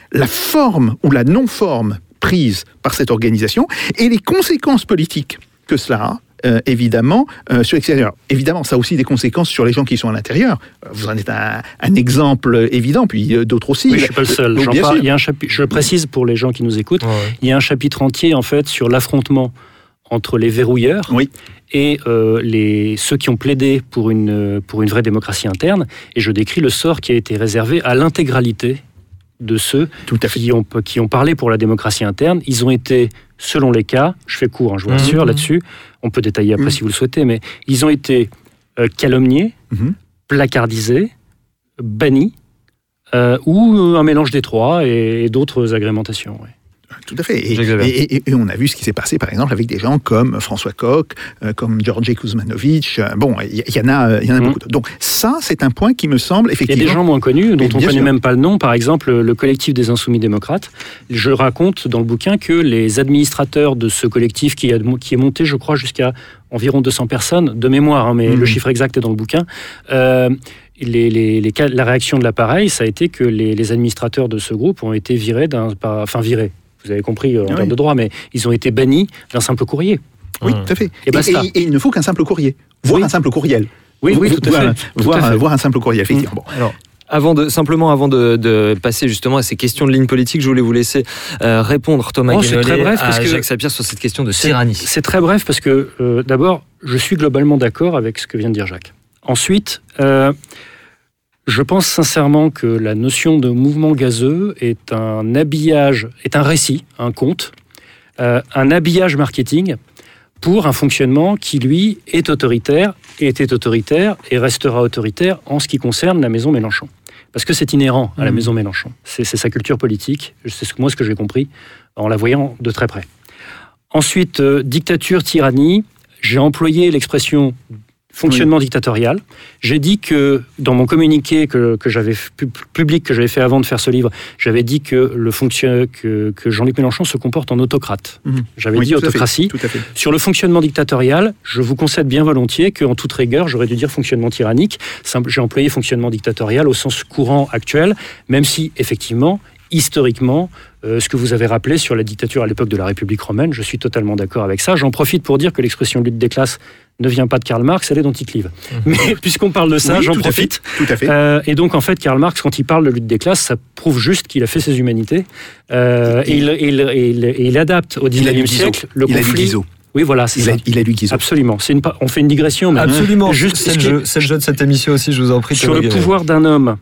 la forme ou la non-forme prise par cette organisation et les conséquences politiques que cela a. Évidemment, sur l'extérieur. Évidemment, ça a aussi des conséquences sur les gens qui sont à l'intérieur. Vous en êtes un exemple évident, puis d'autres aussi. Oui, je ne suis pas le seul. Il y a un chapitre, je précise pour les gens qui nous écoutent, il y a un chapitre entier en fait sur l'affrontement entre les verrouilleurs et ceux qui ont plaidé pour une vraie démocratie interne. Et je décris le sort qui a été réservé à l'intégralité de ceux qui ont parlé pour la démocratie interne. Ils ont été, selon les cas, je fais court, je vous rassure là-dessus, on peut détailler après si vous le souhaitez, mais ils ont calomniés, placardisés, bannis, ou un mélange des trois et d'autres agrémentations. Oui. Tout à fait. Et on a vu ce qui s'est passé, par exemple, avec des gens comme François Koch, comme Georgi Kuzmanovic. Bon, il y en a beaucoup d'autres. Donc ça, c'est un point qui me semble effectivement... Il y a des gens moins connus, dont on ne connaît même pas le nom. Par exemple, le collectif des Insoumis démocrates. Je raconte dans le bouquin que les administrateurs de ce collectif, qui est monté, je crois, jusqu'à environ 200 personnes, de mémoire, mais le chiffre exact est dans le bouquin... la réaction de l'appareil, ça a été que les administrateurs de ce groupe ont été virés, vous avez compris en termes de droit, mais ils ont été bannis d'un simple courrier. Oui, tout à fait. Et il ne faut qu'un simple courrier, voire un simple courriel. Oui, tout à fait. Voire un simple courriel, effectivement. Bon. Alors, avant de passer justement à ces questions de ligne politique, je voulais vous laisser répondre, Thomas Guénolé, à Jacques Sapir sur cette question de tyrannie. C'est très bref parce que, d'abord, je suis globalement d'accord avec ce que vient de dire Jacques. Ensuite, je pense sincèrement que la notion de mouvement gazeux est un habillage, est un récit, un conte, un habillage marketing pour un fonctionnement qui, lui, est autoritaire, était autoritaire et restera autoritaire en ce qui concerne la maison Mélenchon. Parce que c'est inhérent à la maison Mélenchon. C'est sa culture politique, c'est ce que j'ai compris en la voyant de très près. Ensuite, dictature, tyrannie, j'ai employé l'expression fonctionnement dictatorial. J'ai dit que, dans mon communiqué public que j'avais fait avant de faire ce livre, j'avais dit que Jean-Luc Mélenchon se comporte en autocrate. J'avais dit autocratie. Tout à fait. Sur le fonctionnement dictatorial, je vous concède bien volontiers qu'en toute rigueur, j'aurais dû dire fonctionnement tyrannique. J'ai employé fonctionnement dictatorial au sens courant actuel, même si, effectivement, historiquement, ce que vous avez rappelé sur la dictature à l'époque de la République romaine, je suis totalement d'accord avec ça. J'en profite pour dire que l'expression lutte des classes ne vient pas de Karl Marx, elle est d'Anticlive. Mais puisqu'on parle de ça, j'en profite. Tout à fait. Et donc, en fait, Karl Marx, quand il parle de lutte des classes, ça prouve juste qu'il a fait ses humanités. Il adapte au XIXe siècle le conflit. Il a lu Guizot. Oui, voilà, c'est ça. Il a lu Guizot. Absolument. On fait une digression. Mais absolument. C'est le jeu de cette émission aussi, je vous en prie. Sur le pouvoir d'un homme,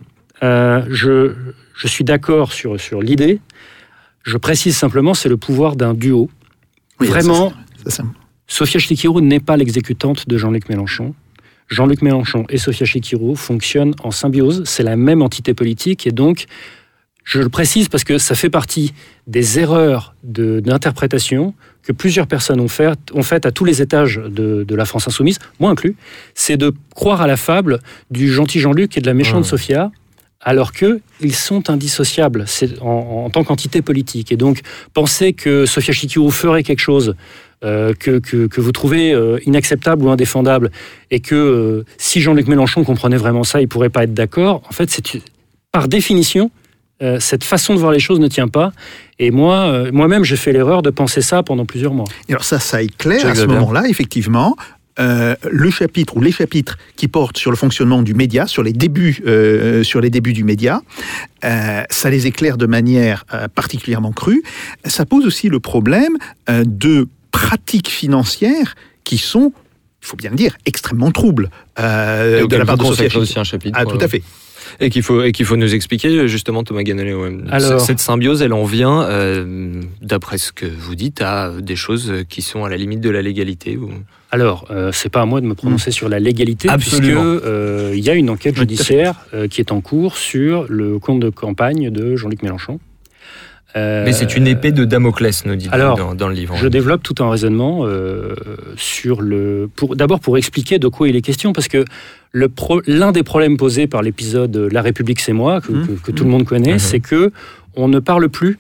je suis d'accord sur l'idée. Je précise simplement, c'est le pouvoir d'un duo. Oui, vraiment, ça. Sofia Chikirou n'est pas l'exécutante de Jean-Luc Mélenchon. Jean-Luc Mélenchon et Sofia Chikirou fonctionnent en symbiose. C'est la même entité politique et donc, je le précise parce que ça fait partie des erreurs d'interprétation que plusieurs personnes ont fait à tous les étages de la France insoumise, moi inclus. C'est de croire à la fable du gentil Jean-Luc et de la méchante Sofia, alors qu'ils sont indissociables en tant qu'entité politique. Et donc, penser que Sofia Chikirou ferait quelque chose que vous trouvez inacceptable ou indéfendable, et que si Jean-Luc Mélenchon comprenait vraiment ça, il ne pourrait pas être d'accord, en fait, par définition, cette façon de voir les choses ne tient pas. Et moi-même, j'ai fait l'erreur de penser ça pendant plusieurs mois. Et alors ça éclaire à ce moment-là, effectivement, le chapitre ou les chapitres qui portent sur le fonctionnement du média, sur les débuts du média, ça les éclaire de manière particulièrement crue. Ça pose aussi le problème de pratiques financières qui sont, il faut bien le dire, extrêmement troubles de la part de Sofia Chikirou. Aussi un chapitre. Ah, tout à fait. Et qu'il faut nous expliquer, justement, Thomas Guénolé. Cette symbiose, elle en vient, d'après ce que vous dites, à des choses qui sont à la limite de la légalité ou... Alors, c'est pas à moi de me prononcer sur la légalité, puisque il y a une enquête judiciaire qui est en cours sur le compte de campagne de Jean-Luc Mélenchon. Mais c'est une épée de Damoclès, nous dit-on dans le livre. Je développe tout un raisonnement d'abord pour expliquer de quoi il est question, parce que l'un des problèmes posés par l'épisode La République c'est moi, que tout le monde connaît, c'est que on ne parle plus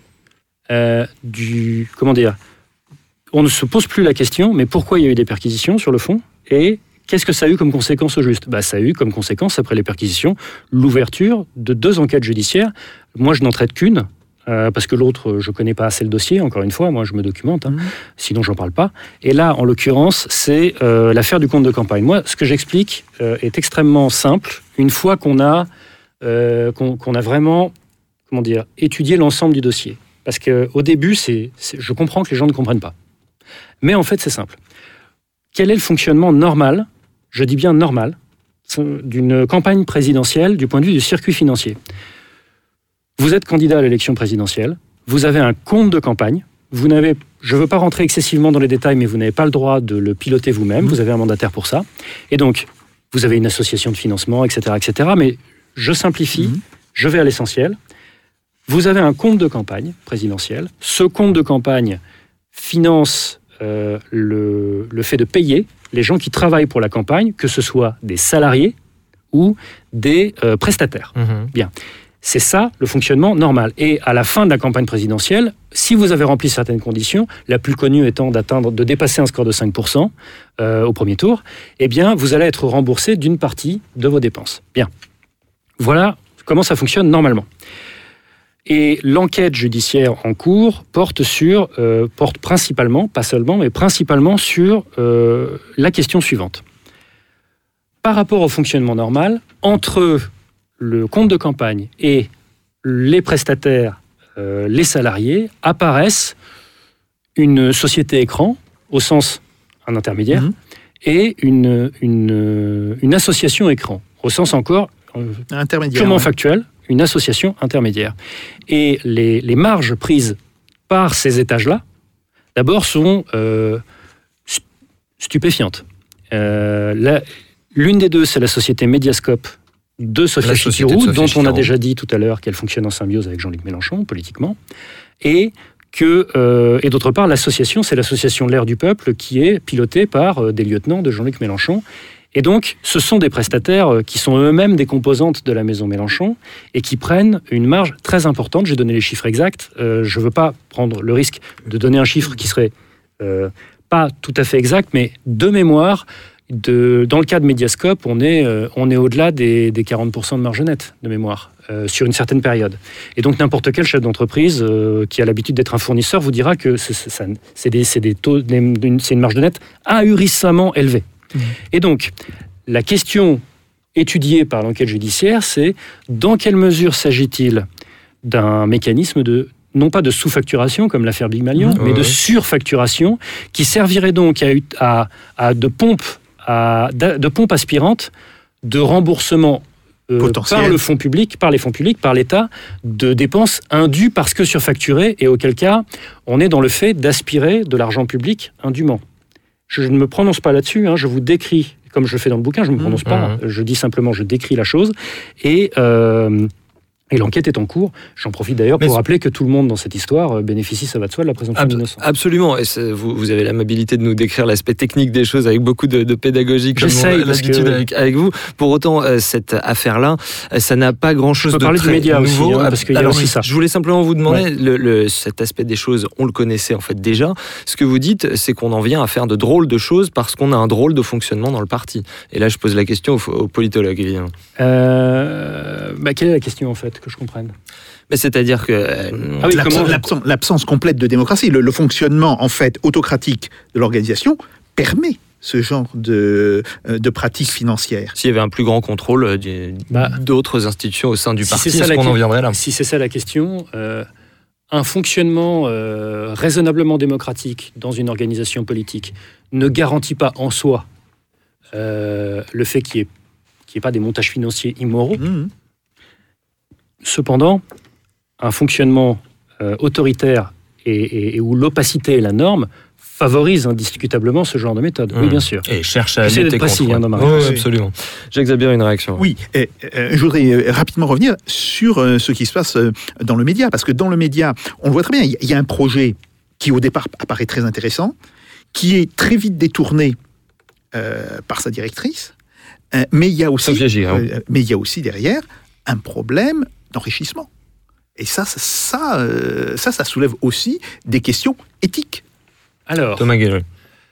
on ne se pose plus la question, mais pourquoi il y a eu des perquisitions sur le fond, et qu'est-ce que ça a eu comme conséquence au juste ? Ça a eu comme conséquence, après les perquisitions, l'ouverture de 2 enquêtes judiciaires. Moi, je n'en traite qu'une, parce que l'autre, je ne connais pas assez le dossier, encore une fois, moi je me documente, sinon j'en parle pas. Et là, en l'occurrence, c'est l'affaire du compte de campagne. Moi, ce que j'explique est extrêmement simple, une fois qu'on a vraiment, étudié l'ensemble du dossier. Parce qu'au début, je comprends que les gens ne comprennent pas. Mais en fait, c'est simple. Quel est le fonctionnement normal, je dis bien normal, d'une campagne présidentielle du point de vue du circuit financier ? Vous êtes candidat à l'élection présidentielle, vous avez un compte de campagne, je ne veux pas rentrer excessivement dans les détails, mais vous n'avez pas le droit de le piloter vous-même, vous avez un mandataire pour ça, et donc vous avez une association de financement, etc., mais je simplifie, je vais à l'essentiel. Vous avez un compte de campagne présidentielle, ce compte de campagne finance le fait de payer les gens qui travaillent pour la campagne, que ce soit des salariés ou des prestataires. Bien. C'est ça, le fonctionnement normal. Et à la fin de la campagne présidentielle, si vous avez rempli certaines conditions, la plus connue étant de dépasser un score de 5% au premier tour, eh bien, vous allez être remboursé d'une partie de vos dépenses. Bien. Voilà comment ça fonctionne normalement. Et l'enquête judiciaire en cours porte principalement, pas seulement, mais principalement sur la question suivante. Par rapport au fonctionnement normal, entre le compte de campagne et les prestataires, les salariés, apparaissent une société écran, au sens un intermédiaire, et une association écran, au sens encore purement factuel, une association intermédiaire. Et les marges prises par ces étages-là, d'abord, sont stupéfiantes. L'une des deux, c'est la société Mediascope de Sophia Chikirou, dont on a déjà dit tout à l'heure qu'elle fonctionne en symbiose avec Jean-Luc Mélenchon, politiquement, et d'autre part, l'association, c'est l'association L'Air du Peuple, qui est pilotée par des lieutenants de Jean-Luc Mélenchon. Et donc, ce sont des prestataires qui sont eux-mêmes des composantes de la maison Mélenchon et qui prennent une marge très importante. J'ai donné les chiffres exacts. Je ne veux pas prendre le risque de donner un chiffre qui serait pas tout à fait exact, mais de mémoire, dans le cas de Mediascope, on est au-delà des 40% de marge nette de mémoire sur une certaine période. Et donc, n'importe quel chef d'entreprise qui a l'habitude d'être un fournisseur vous dira que c'est une marge nette ahurissamment élevée. Et donc, la question étudiée par l'enquête judiciaire, c'est dans quelle mesure s'agit-il d'un mécanisme non pas de sous-facturation, comme l'affaire Big Malion, mais de surfacturation, qui servirait donc de pompe aspirante, de remboursement par le fonds public, par les fonds publics, par l'État, de dépenses indues parce que surfacturées, et auquel cas, on est dans le fait d'aspirer de l'argent public indûment. Je ne me prononce pas là-dessus, je vous décris, comme je le fais dans le bouquin, je ne me prononce pas, je dis simplement, je décris la chose, et l'enquête est en cours. J'en profite d'ailleurs pour rappeler que tout le monde dans cette histoire bénéficie, ça va de soi, de la présomption d'innocence. Absolument, et vous avez l'amabilité de nous décrire l'aspect technique des choses avec beaucoup de pédagogie, comme on a l'habitude avec vous. Pour autant, cette affaire-là, ça n'a pas grand-chose de très média nouveau. Aussi, parce qu'il y a aussi ça. Je voulais simplement vous demander, cet aspect des choses, on le connaissait en fait déjà. Ce que vous dites, c'est qu'on en vient à faire de drôles de choses parce qu'on a un drôle de fonctionnement dans le parti. Et là, je pose la question aux politologues, évidemment. Quelle est la question, en fait, que je comprenne ? Mais c'est-à-dire que l'absence complète de démocratie, le fonctionnement en fait autocratique de l'organisation permet ce genre de pratiques financières. S'il y avait un plus grand contrôle d'autres institutions au sein du parti, est-ce qu'on en viendrait là ? Si c'est ça la question, un fonctionnement raisonnablement démocratique dans une organisation politique ne garantit pas en soi le fait qu'il n'y ait pas des montages financiers immoraux. Cependant, un fonctionnement autoritaire et où l'opacité est la norme favorise indiscutablement ce genre de méthode. Oui, bien sûr. Et cherche à lutter précis dans ma réponse. Oui, absolument. Jacques Zabier, une réaction. Oui, je voudrais rapidement revenir sur ce qui se passe dans le média, parce que dans le média, on le voit très bien, il y a un projet qui au départ apparaît très intéressant, qui est très vite détourné par sa directrice, mais il y a aussi derrière un problème d'enrichissement. Et ça soulève aussi des questions éthiques. Alors, Thomas Guéret.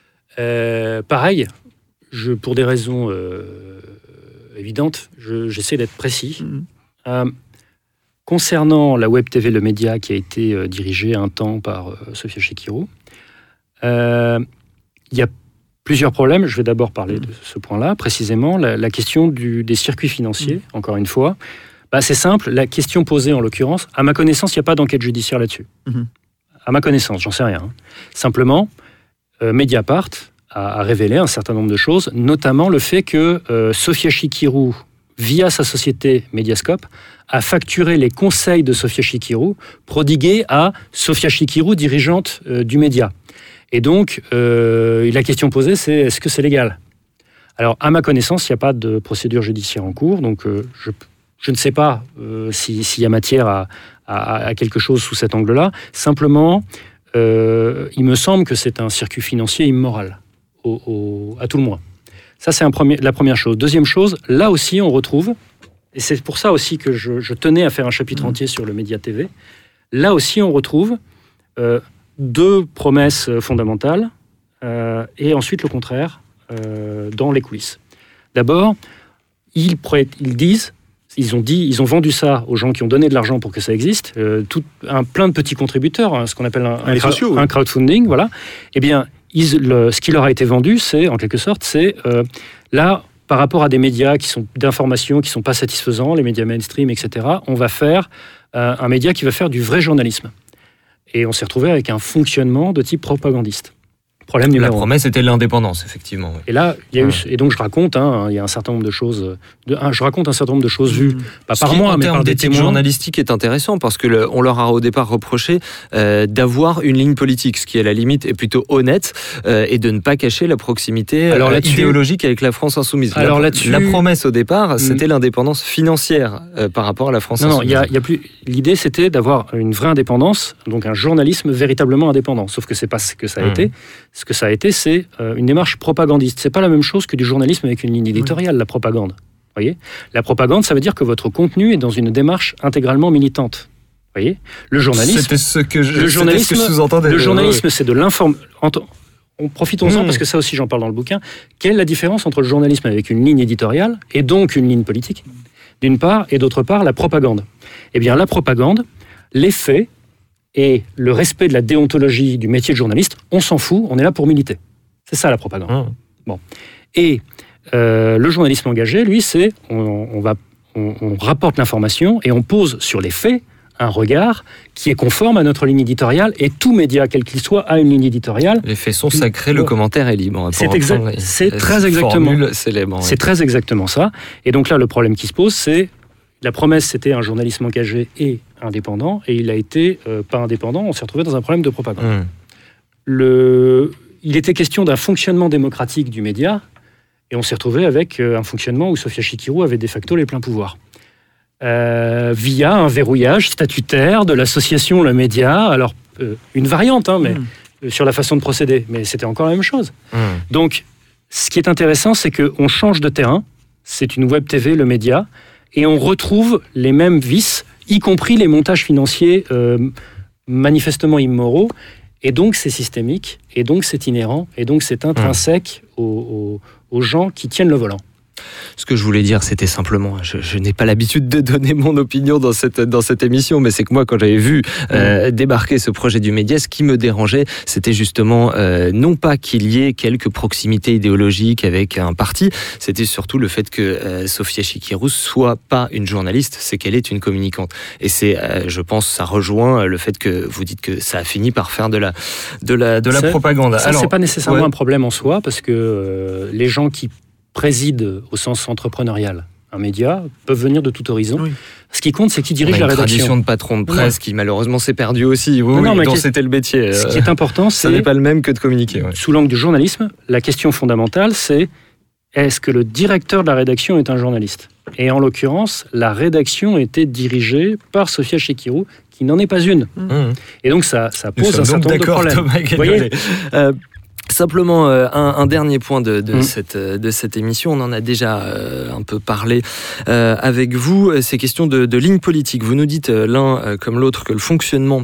Pareil, pour des raisons évidentes, j'essaie d'être précis. Concernant la Web TV, le média qui a été dirigé un temps par Sofia Chikirou, il y a plusieurs problèmes. Je vais d'abord parler de ce point-là, précisément. La question des circuits financiers, encore une fois. C'est simple, la question posée en l'occurrence, à ma connaissance, il n'y a pas d'enquête judiciaire là-dessus. À ma connaissance, j'en sais rien. Simplement, Mediapart a révélé un certain nombre de choses, notamment le fait que Sofia Chikirou, via sa société Mediascope, a facturé les conseils de Sofia Chikirou prodigués à Sofia Chikirou, dirigeante du média. Et donc, la question posée, c'est est-ce que c'est légal ? Alors, à ma connaissance, il n'y a pas de procédure judiciaire en cours, donc je ne sais pas s'il y a matière à quelque chose sous cet angle-là. Simplement, il me semble que c'est un circuit financier immoral, à tout le moins. Ça, c'est la première chose. Deuxième chose, là aussi, on retrouve, et c'est pour ça aussi que je tenais à faire un chapitre entier sur le Média TV, là aussi, on retrouve deux promesses fondamentales, et ensuite le contraire, dans les coulisses. D'abord, ils disent, ils ont vendu ça aux gens qui ont donné de l'argent pour que ça existe, plein de petits contributeurs, ce qu'on appelle un crowdfunding, voilà. Eh bien, ce qui leur a été vendu, c'est, en quelque sorte, là, par rapport à des médias d'information qui ne sont pas satisfaisants, les médias mainstream, etc., on va faire un média qui va faire du vrai journalisme. Et on s'est retrouvé avec un fonctionnement de type propagandiste. Problème numéro 1. La promesse était l'indépendance, effectivement. Oui. Et là, il y a eu, et donc je raconte, il y a un certain nombre de choses. Je raconte un certain nombre de choses vues, pas par moi, mais par des témoins. Journalistique est intéressant parce que on leur a au départ reproché d'avoir une ligne politique, ce qui à la limite est plutôt honnête, et de ne pas cacher la proximité idéologique avec la France insoumise. La promesse au départ, c'était l'indépendance financière par rapport à la France insoumise. Non, il y a plus. L'idée, c'était d'avoir une vraie indépendance, donc un journalisme véritablement indépendant. Sauf que c'est pas ce que ça a été. Ce que ça a été, c'est une démarche propagandiste. C'est pas la même chose que du journalisme avec une ligne éditoriale, la propagande. Voyez, la propagande, ça veut dire que votre contenu est dans une démarche intégralement militante. Voyez, le journalisme. C'était ce que je sous-entendais. Le journalisme, c'est de l'information. Profitons-en parce que ça aussi, j'en parle dans le bouquin. Quelle est la différence entre le journalisme avec une ligne éditoriale et donc une ligne politique, d'une part, et d'autre part, la propagande. Eh bien, la propagande, les faits et le respect de la déontologie du métier de journaliste, on s'en fout, on est là pour militer. C'est ça la propagande. Bon. Et le journalisme engagé, lui, c'est on rapporte l'information et on pose sur les faits un regard qui est conforme à notre ligne éditoriale, et tout média, quel qu'il soit, a une ligne éditoriale. Les faits sont sacrés, le commentaire est libre. C'est très exactement ça. Et donc là, le problème qui se pose, c'est la promesse, c'était un journalisme engagé et indépendant, et il a été pas indépendant. On s'est retrouvé dans un problème de propagande. Il était question d'un fonctionnement démocratique du média, et on s'est retrouvé avec un fonctionnement où Sofia Chikirou avait de facto les pleins pouvoirs. Via un verrouillage statutaire de l'association Le Média, alors une variante, mais sur la façon de procéder, mais c'était encore la même chose. Donc, ce qui est intéressant, c'est qu'on change de terrain, c'est une web TV, Le Média, et on retrouve les mêmes vices, y compris les montages financiers manifestement immoraux, et donc c'est systémique, et donc c'est inhérent, et donc c'est intrinsèque aux gens qui tiennent le volant. Ce que je voulais dire, c'était simplement, je n'ai pas l'habitude de donner mon opinion dans cette émission, mais c'est que moi, quand j'avais vu débarquer ce projet du média, ce qui me dérangeait, c'était justement non pas qu'il y ait quelques proximités idéologiques avec un parti, c'était surtout le fait que Sofia Chikirou soit pas une journaliste, c'est qu'elle est une communicante. Et c'est, je pense, ça rejoint le fait que vous dites que ça a fini par faire de la propagande. Ça, c'est pas nécessairement un problème en soi, parce que les gens qui préside au sens entrepreneurial un média peuvent venir de tout horizon. Oui. Ce qui compte, c'est qui dirige la rédaction. Tradition de patron de presse qui malheureusement s'est perdue aussi. Dont c'était le métier. Ce qui est important, c'est... Ça n'est pas le même que de communiquer. Sous l'angle du journalisme, la question fondamentale, c'est est-ce que le directeur de la rédaction est un journaliste ? Et en l'occurrence, la rédaction était dirigée par Sofia Chikirou, qui n'en est pas une. Et donc ça pose un certain nombre de problèmes. Vous voyez, simplement, un dernier point de cette émission, on en a déjà un peu parlé avec vous, ces questions de ligne politique. Vous nous dites l'un comme l'autre que le fonctionnement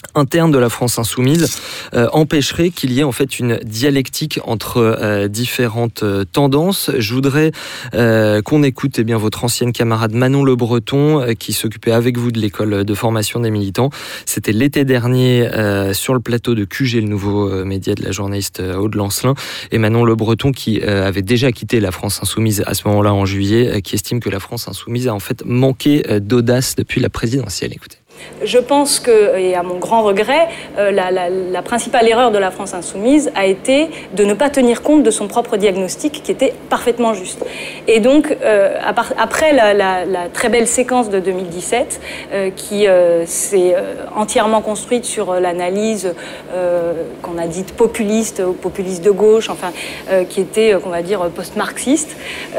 interne de la France insoumise empêcherait qu'il y ait en fait une dialectique entre différentes tendances. Je voudrais qu'on écoute votre ancienne camarade Manon Le Breton qui s'occupait avec vous de l'école de formation des militants. C'était l'été dernier sur le plateau de QG, le nouveau média de la journaliste Aude Lancelin, et Manon Le Breton qui avait déjà quitté la France insoumise à ce moment-là en juillet, qui estime que la France insoumise a en fait manqué d'audace depuis la présidentielle. Écoutez. Je pense que, et à mon grand regret, la principale erreur de la France insoumise a été de ne pas tenir compte de son propre diagnostic qui était parfaitement juste. Et donc, après la très belle séquence de 2017, qui s'est entièrement construite sur l'analyse qu'on a dite populiste de gauche, enfin, qui était, qu'on va dire, post-marxiste,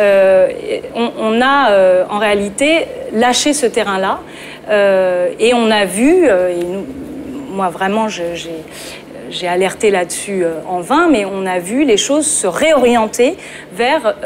on a en réalité lâché ce terrain-là. Et on a vu, moi vraiment j'ai alerté là-dessus en vain, mais on a vu les choses se réorienter vers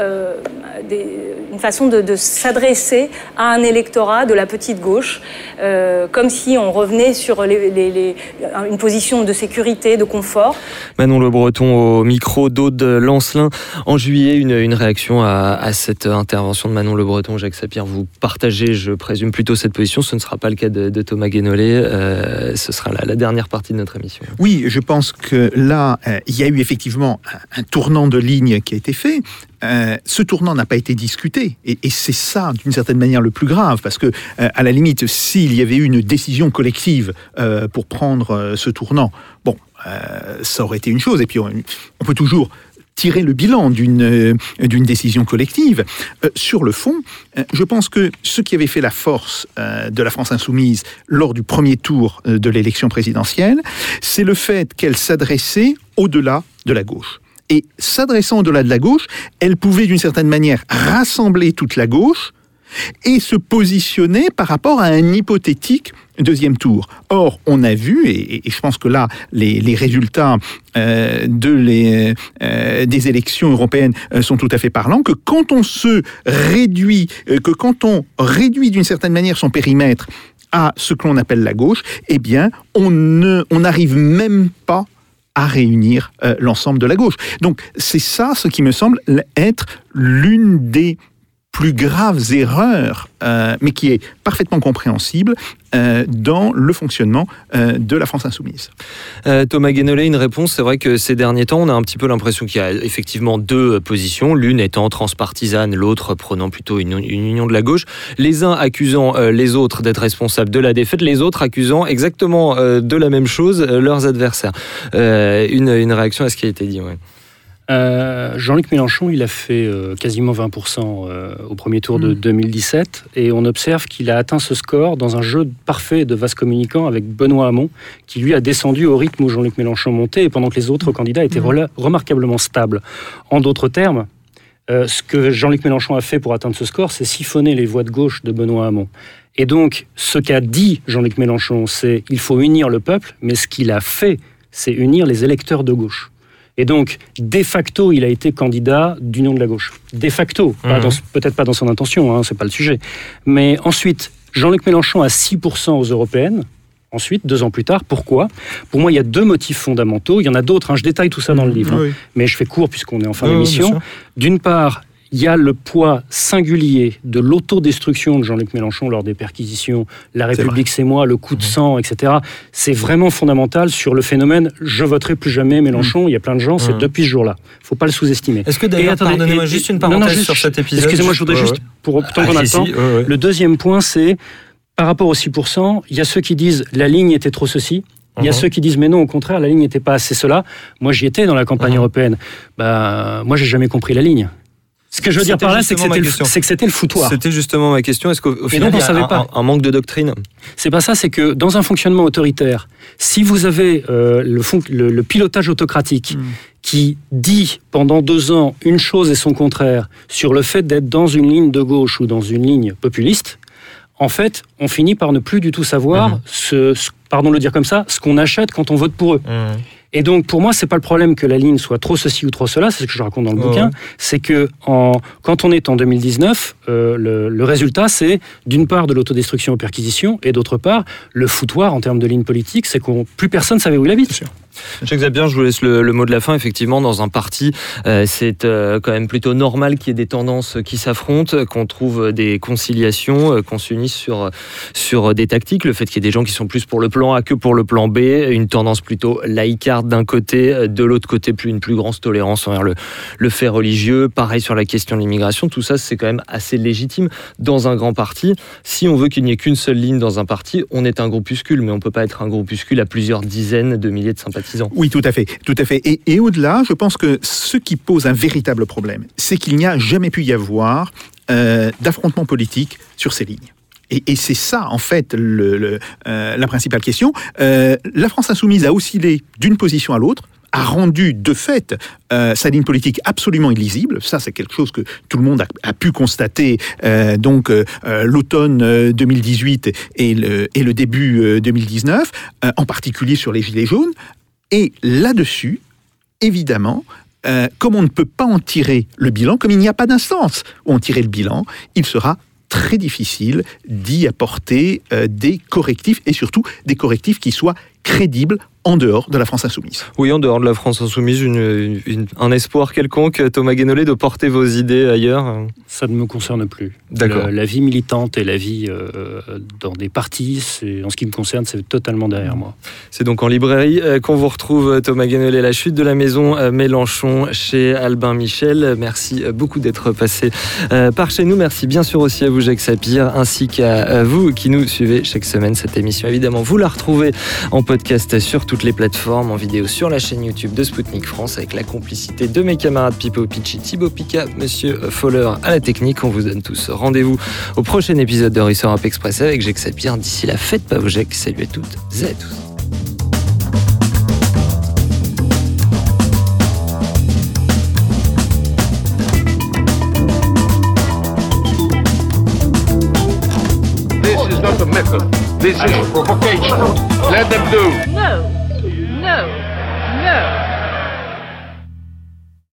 une façon de s'adresser à un électorat de la petite gauche, comme si on revenait sur une position de sécurité, de confort. Manon Le Breton au micro d'Aude Lancelin. En juillet, une réaction à cette intervention de Manon Le Breton. Jacques Sapir, vous partagez, je présume, plutôt cette position. Ce ne sera pas le cas de Thomas Guénolé. Ce sera la dernière partie de notre émission. Oui, je pense que là, il y a eu effectivement un tournant de ligne qui a été fait. Ce tournant n'a pas été discuté et c'est ça d'une certaine manière le plus grave, parce que à la limite, s'il y avait eu une décision collective pour prendre ce tournant, bon, ça aurait été une chose, et puis on peut toujours tirer le bilan d'une décision collective. Sur le fond, je pense que ce qui avait fait la force de la France insoumise lors du premier tour de l'élection présidentielle, c'est le fait qu'elle s'adressait au-delà de la gauche. Et s'adressant au-delà de la gauche, elle pouvait d'une certaine manière rassembler toute la gauche et se positionner par rapport à un hypothétique deuxième tour. Or, on a vu, et je pense que là, les résultats des élections européennes sont tout à fait parlants, que quand on réduit d'une certaine manière son périmètre à ce que l'on appelle la gauche, eh bien, on n'arrive même pas à réunir l'ensemble de la gauche. Donc, c'est ça ce qui me semble être l'une des plus graves erreurs, mais qui est parfaitement compréhensible dans le fonctionnement de la France insoumise. Thomas Guénolé, une réponse. C'est vrai que ces derniers temps, on a un petit peu l'impression qu'il y a effectivement deux positions, l'une étant transpartisane, l'autre prônant plutôt une union de la gauche, les uns accusant les autres d'être responsables de la défaite, les autres accusant exactement de la même chose leurs adversaires. Une réaction à ce qui a été dit, ouais. Jean-Luc Mélenchon, il a fait quasiment 20% au premier tour de 2017, et on observe qu'il a atteint ce score dans un jeu parfait de vase communicant avec Benoît Hamon, qui lui a descendu au rythme où Jean-Luc Mélenchon montait, et pendant que les autres candidats étaient remarquablement stables. En d'autres termes, ce que Jean-Luc Mélenchon a fait pour atteindre ce score, c'est siphonner les voix de gauche de Benoît Hamon. Et donc, ce qu'a dit Jean-Luc Mélenchon, c'est qu'il faut unir le peuple, mais ce qu'il a fait, c'est unir les électeurs de gauche. Et donc, de facto, il a été candidat d'Union de la gauche. De facto, peut-être pas dans son intention, c'est pas le sujet. Mais ensuite, Jean-Luc Mélenchon a 6% aux européennes. Ensuite, 2 ans plus tard, pourquoi ? Pour moi, il y a 2 motifs fondamentaux. Il y en a d'autres, je détaille tout ça dans le livre. Oui. Mais je fais court puisqu'on est en fin d'émission. D'une part, il y a le poids singulier de l'autodestruction de Jean-Luc Mélenchon lors des perquisitions. La République, c'est moi, le coup de sang, etc. C'est vraiment fondamental sur le phénomène « je voterai plus jamais Mélenchon ». Il y a plein de gens, c'est depuis ce jour-là. Il ne faut pas le sous-estimer. Est-ce que d'ailleurs, pardonnez-moi juste une parenthèse sur cet épisode. Excusez-moi, je voudrais juste, pour tant qu'on a le temps, le deuxième point, c'est par rapport aux 6%, il y a ceux qui disent « la ligne était trop ceci ». Il y a ceux qui disent, mais non, au contraire, la ligne n'était pas assez cela. Moi, j'y étais dans la campagne européenne. Moi, j'ai jamais compris la ligne. Ce que je veux dire par là, c'est que c'était le foutoir. C'était justement ma question. Est-ce qu'au final, il y a un manque de doctrine ? C'est pas ça, c'est que dans un fonctionnement autoritaire, si vous avez le pilotage autocratique qui dit pendant 2 ans une chose et son contraire sur le fait d'être dans une ligne de gauche ou dans une ligne populiste, en fait, on finit par ne plus du tout savoir, pardon de le dire comme ça, ce qu'on achète quand on vote pour eux. Et donc, pour moi, c'est pas le problème que la ligne soit trop ceci ou trop cela, c'est ce que je raconte dans le bouquin. C'est que quand on est en 2019, le résultat, c'est d'une part de l'autodestruction aux perquisitions, et d'autre part, le foutoir en termes de ligne politique, c'est que plus personne savait où il habite. Jacques Zappien, je vous laisse le mot de la fin. Effectivement, dans un parti, c'est quand même plutôt normal qu'il y ait des tendances qui s'affrontent, qu'on trouve des conciliations, qu'on s'unisse sur des tactiques. Le fait qu'il y ait des gens qui sont plus pour le plan A que pour le plan B, une tendance plutôt laïcarde d'un côté, de l'autre côté, une plus grande tolérance envers le fait religieux. Pareil sur la question de l'immigration. Tout ça, c'est quand même assez légitime dans un grand parti. Si on veut qu'il n'y ait qu'une seule ligne dans un parti, on est un groupuscule, mais on ne peut pas être un groupuscule à plusieurs dizaines de milliers de sympathisants. Oui, tout à fait. Et au-delà, je pense que ce qui pose un véritable problème, c'est qu'il n'y a jamais pu y avoir d'affrontement politique sur ces lignes. Et c'est ça, en fait, la principale question. La France insoumise a oscillé d'une position à l'autre, a rendu de fait sa ligne politique absolument illisible. Ça, c'est quelque chose que tout le monde a pu constater l'automne 2018 et le début 2019, en particulier sur les Gilets jaunes. Et là-dessus, évidemment, comme on ne peut pas en tirer le bilan, comme il n'y a pas d'instance où en tirer le bilan, il sera très difficile d'y apporter des correctifs, et surtout des correctifs qui soient crédibles en dehors de la France insoumise. Oui, en dehors de la France insoumise, un espoir quelconque, Thomas Guénolé, de porter vos idées ailleurs? Ça ne me concerne plus. D'accord. La vie militante et la vie dans des partis, en ce qui me concerne, c'est totalement derrière moi. C'est donc en librairie qu'on vous retrouve, Thomas Guénolé, La chute de la maison Mélenchon, chez Albin Michel. Merci beaucoup d'être passé par chez nous. Merci bien sûr aussi à vous, Jacques Sapir, ainsi qu'à vous qui nous suivez chaque semaine. Cette émission, évidemment, vous la retrouvez en podcast sur toutes les plateformes, en vidéo sur la chaîne YouTube de Spoutnik France, avec la complicité de mes camarades Pipo Picci, Thibaut Pica, Monsieur Foller à la technique. On vous donne tous rendez-vous au prochain épisode de Russe Europe Express avec Jacques Sapir. D'ici là, faites pas vos Jacques. Salut à toutes et à tous. This is not a method. This is provocation. Let them do. No.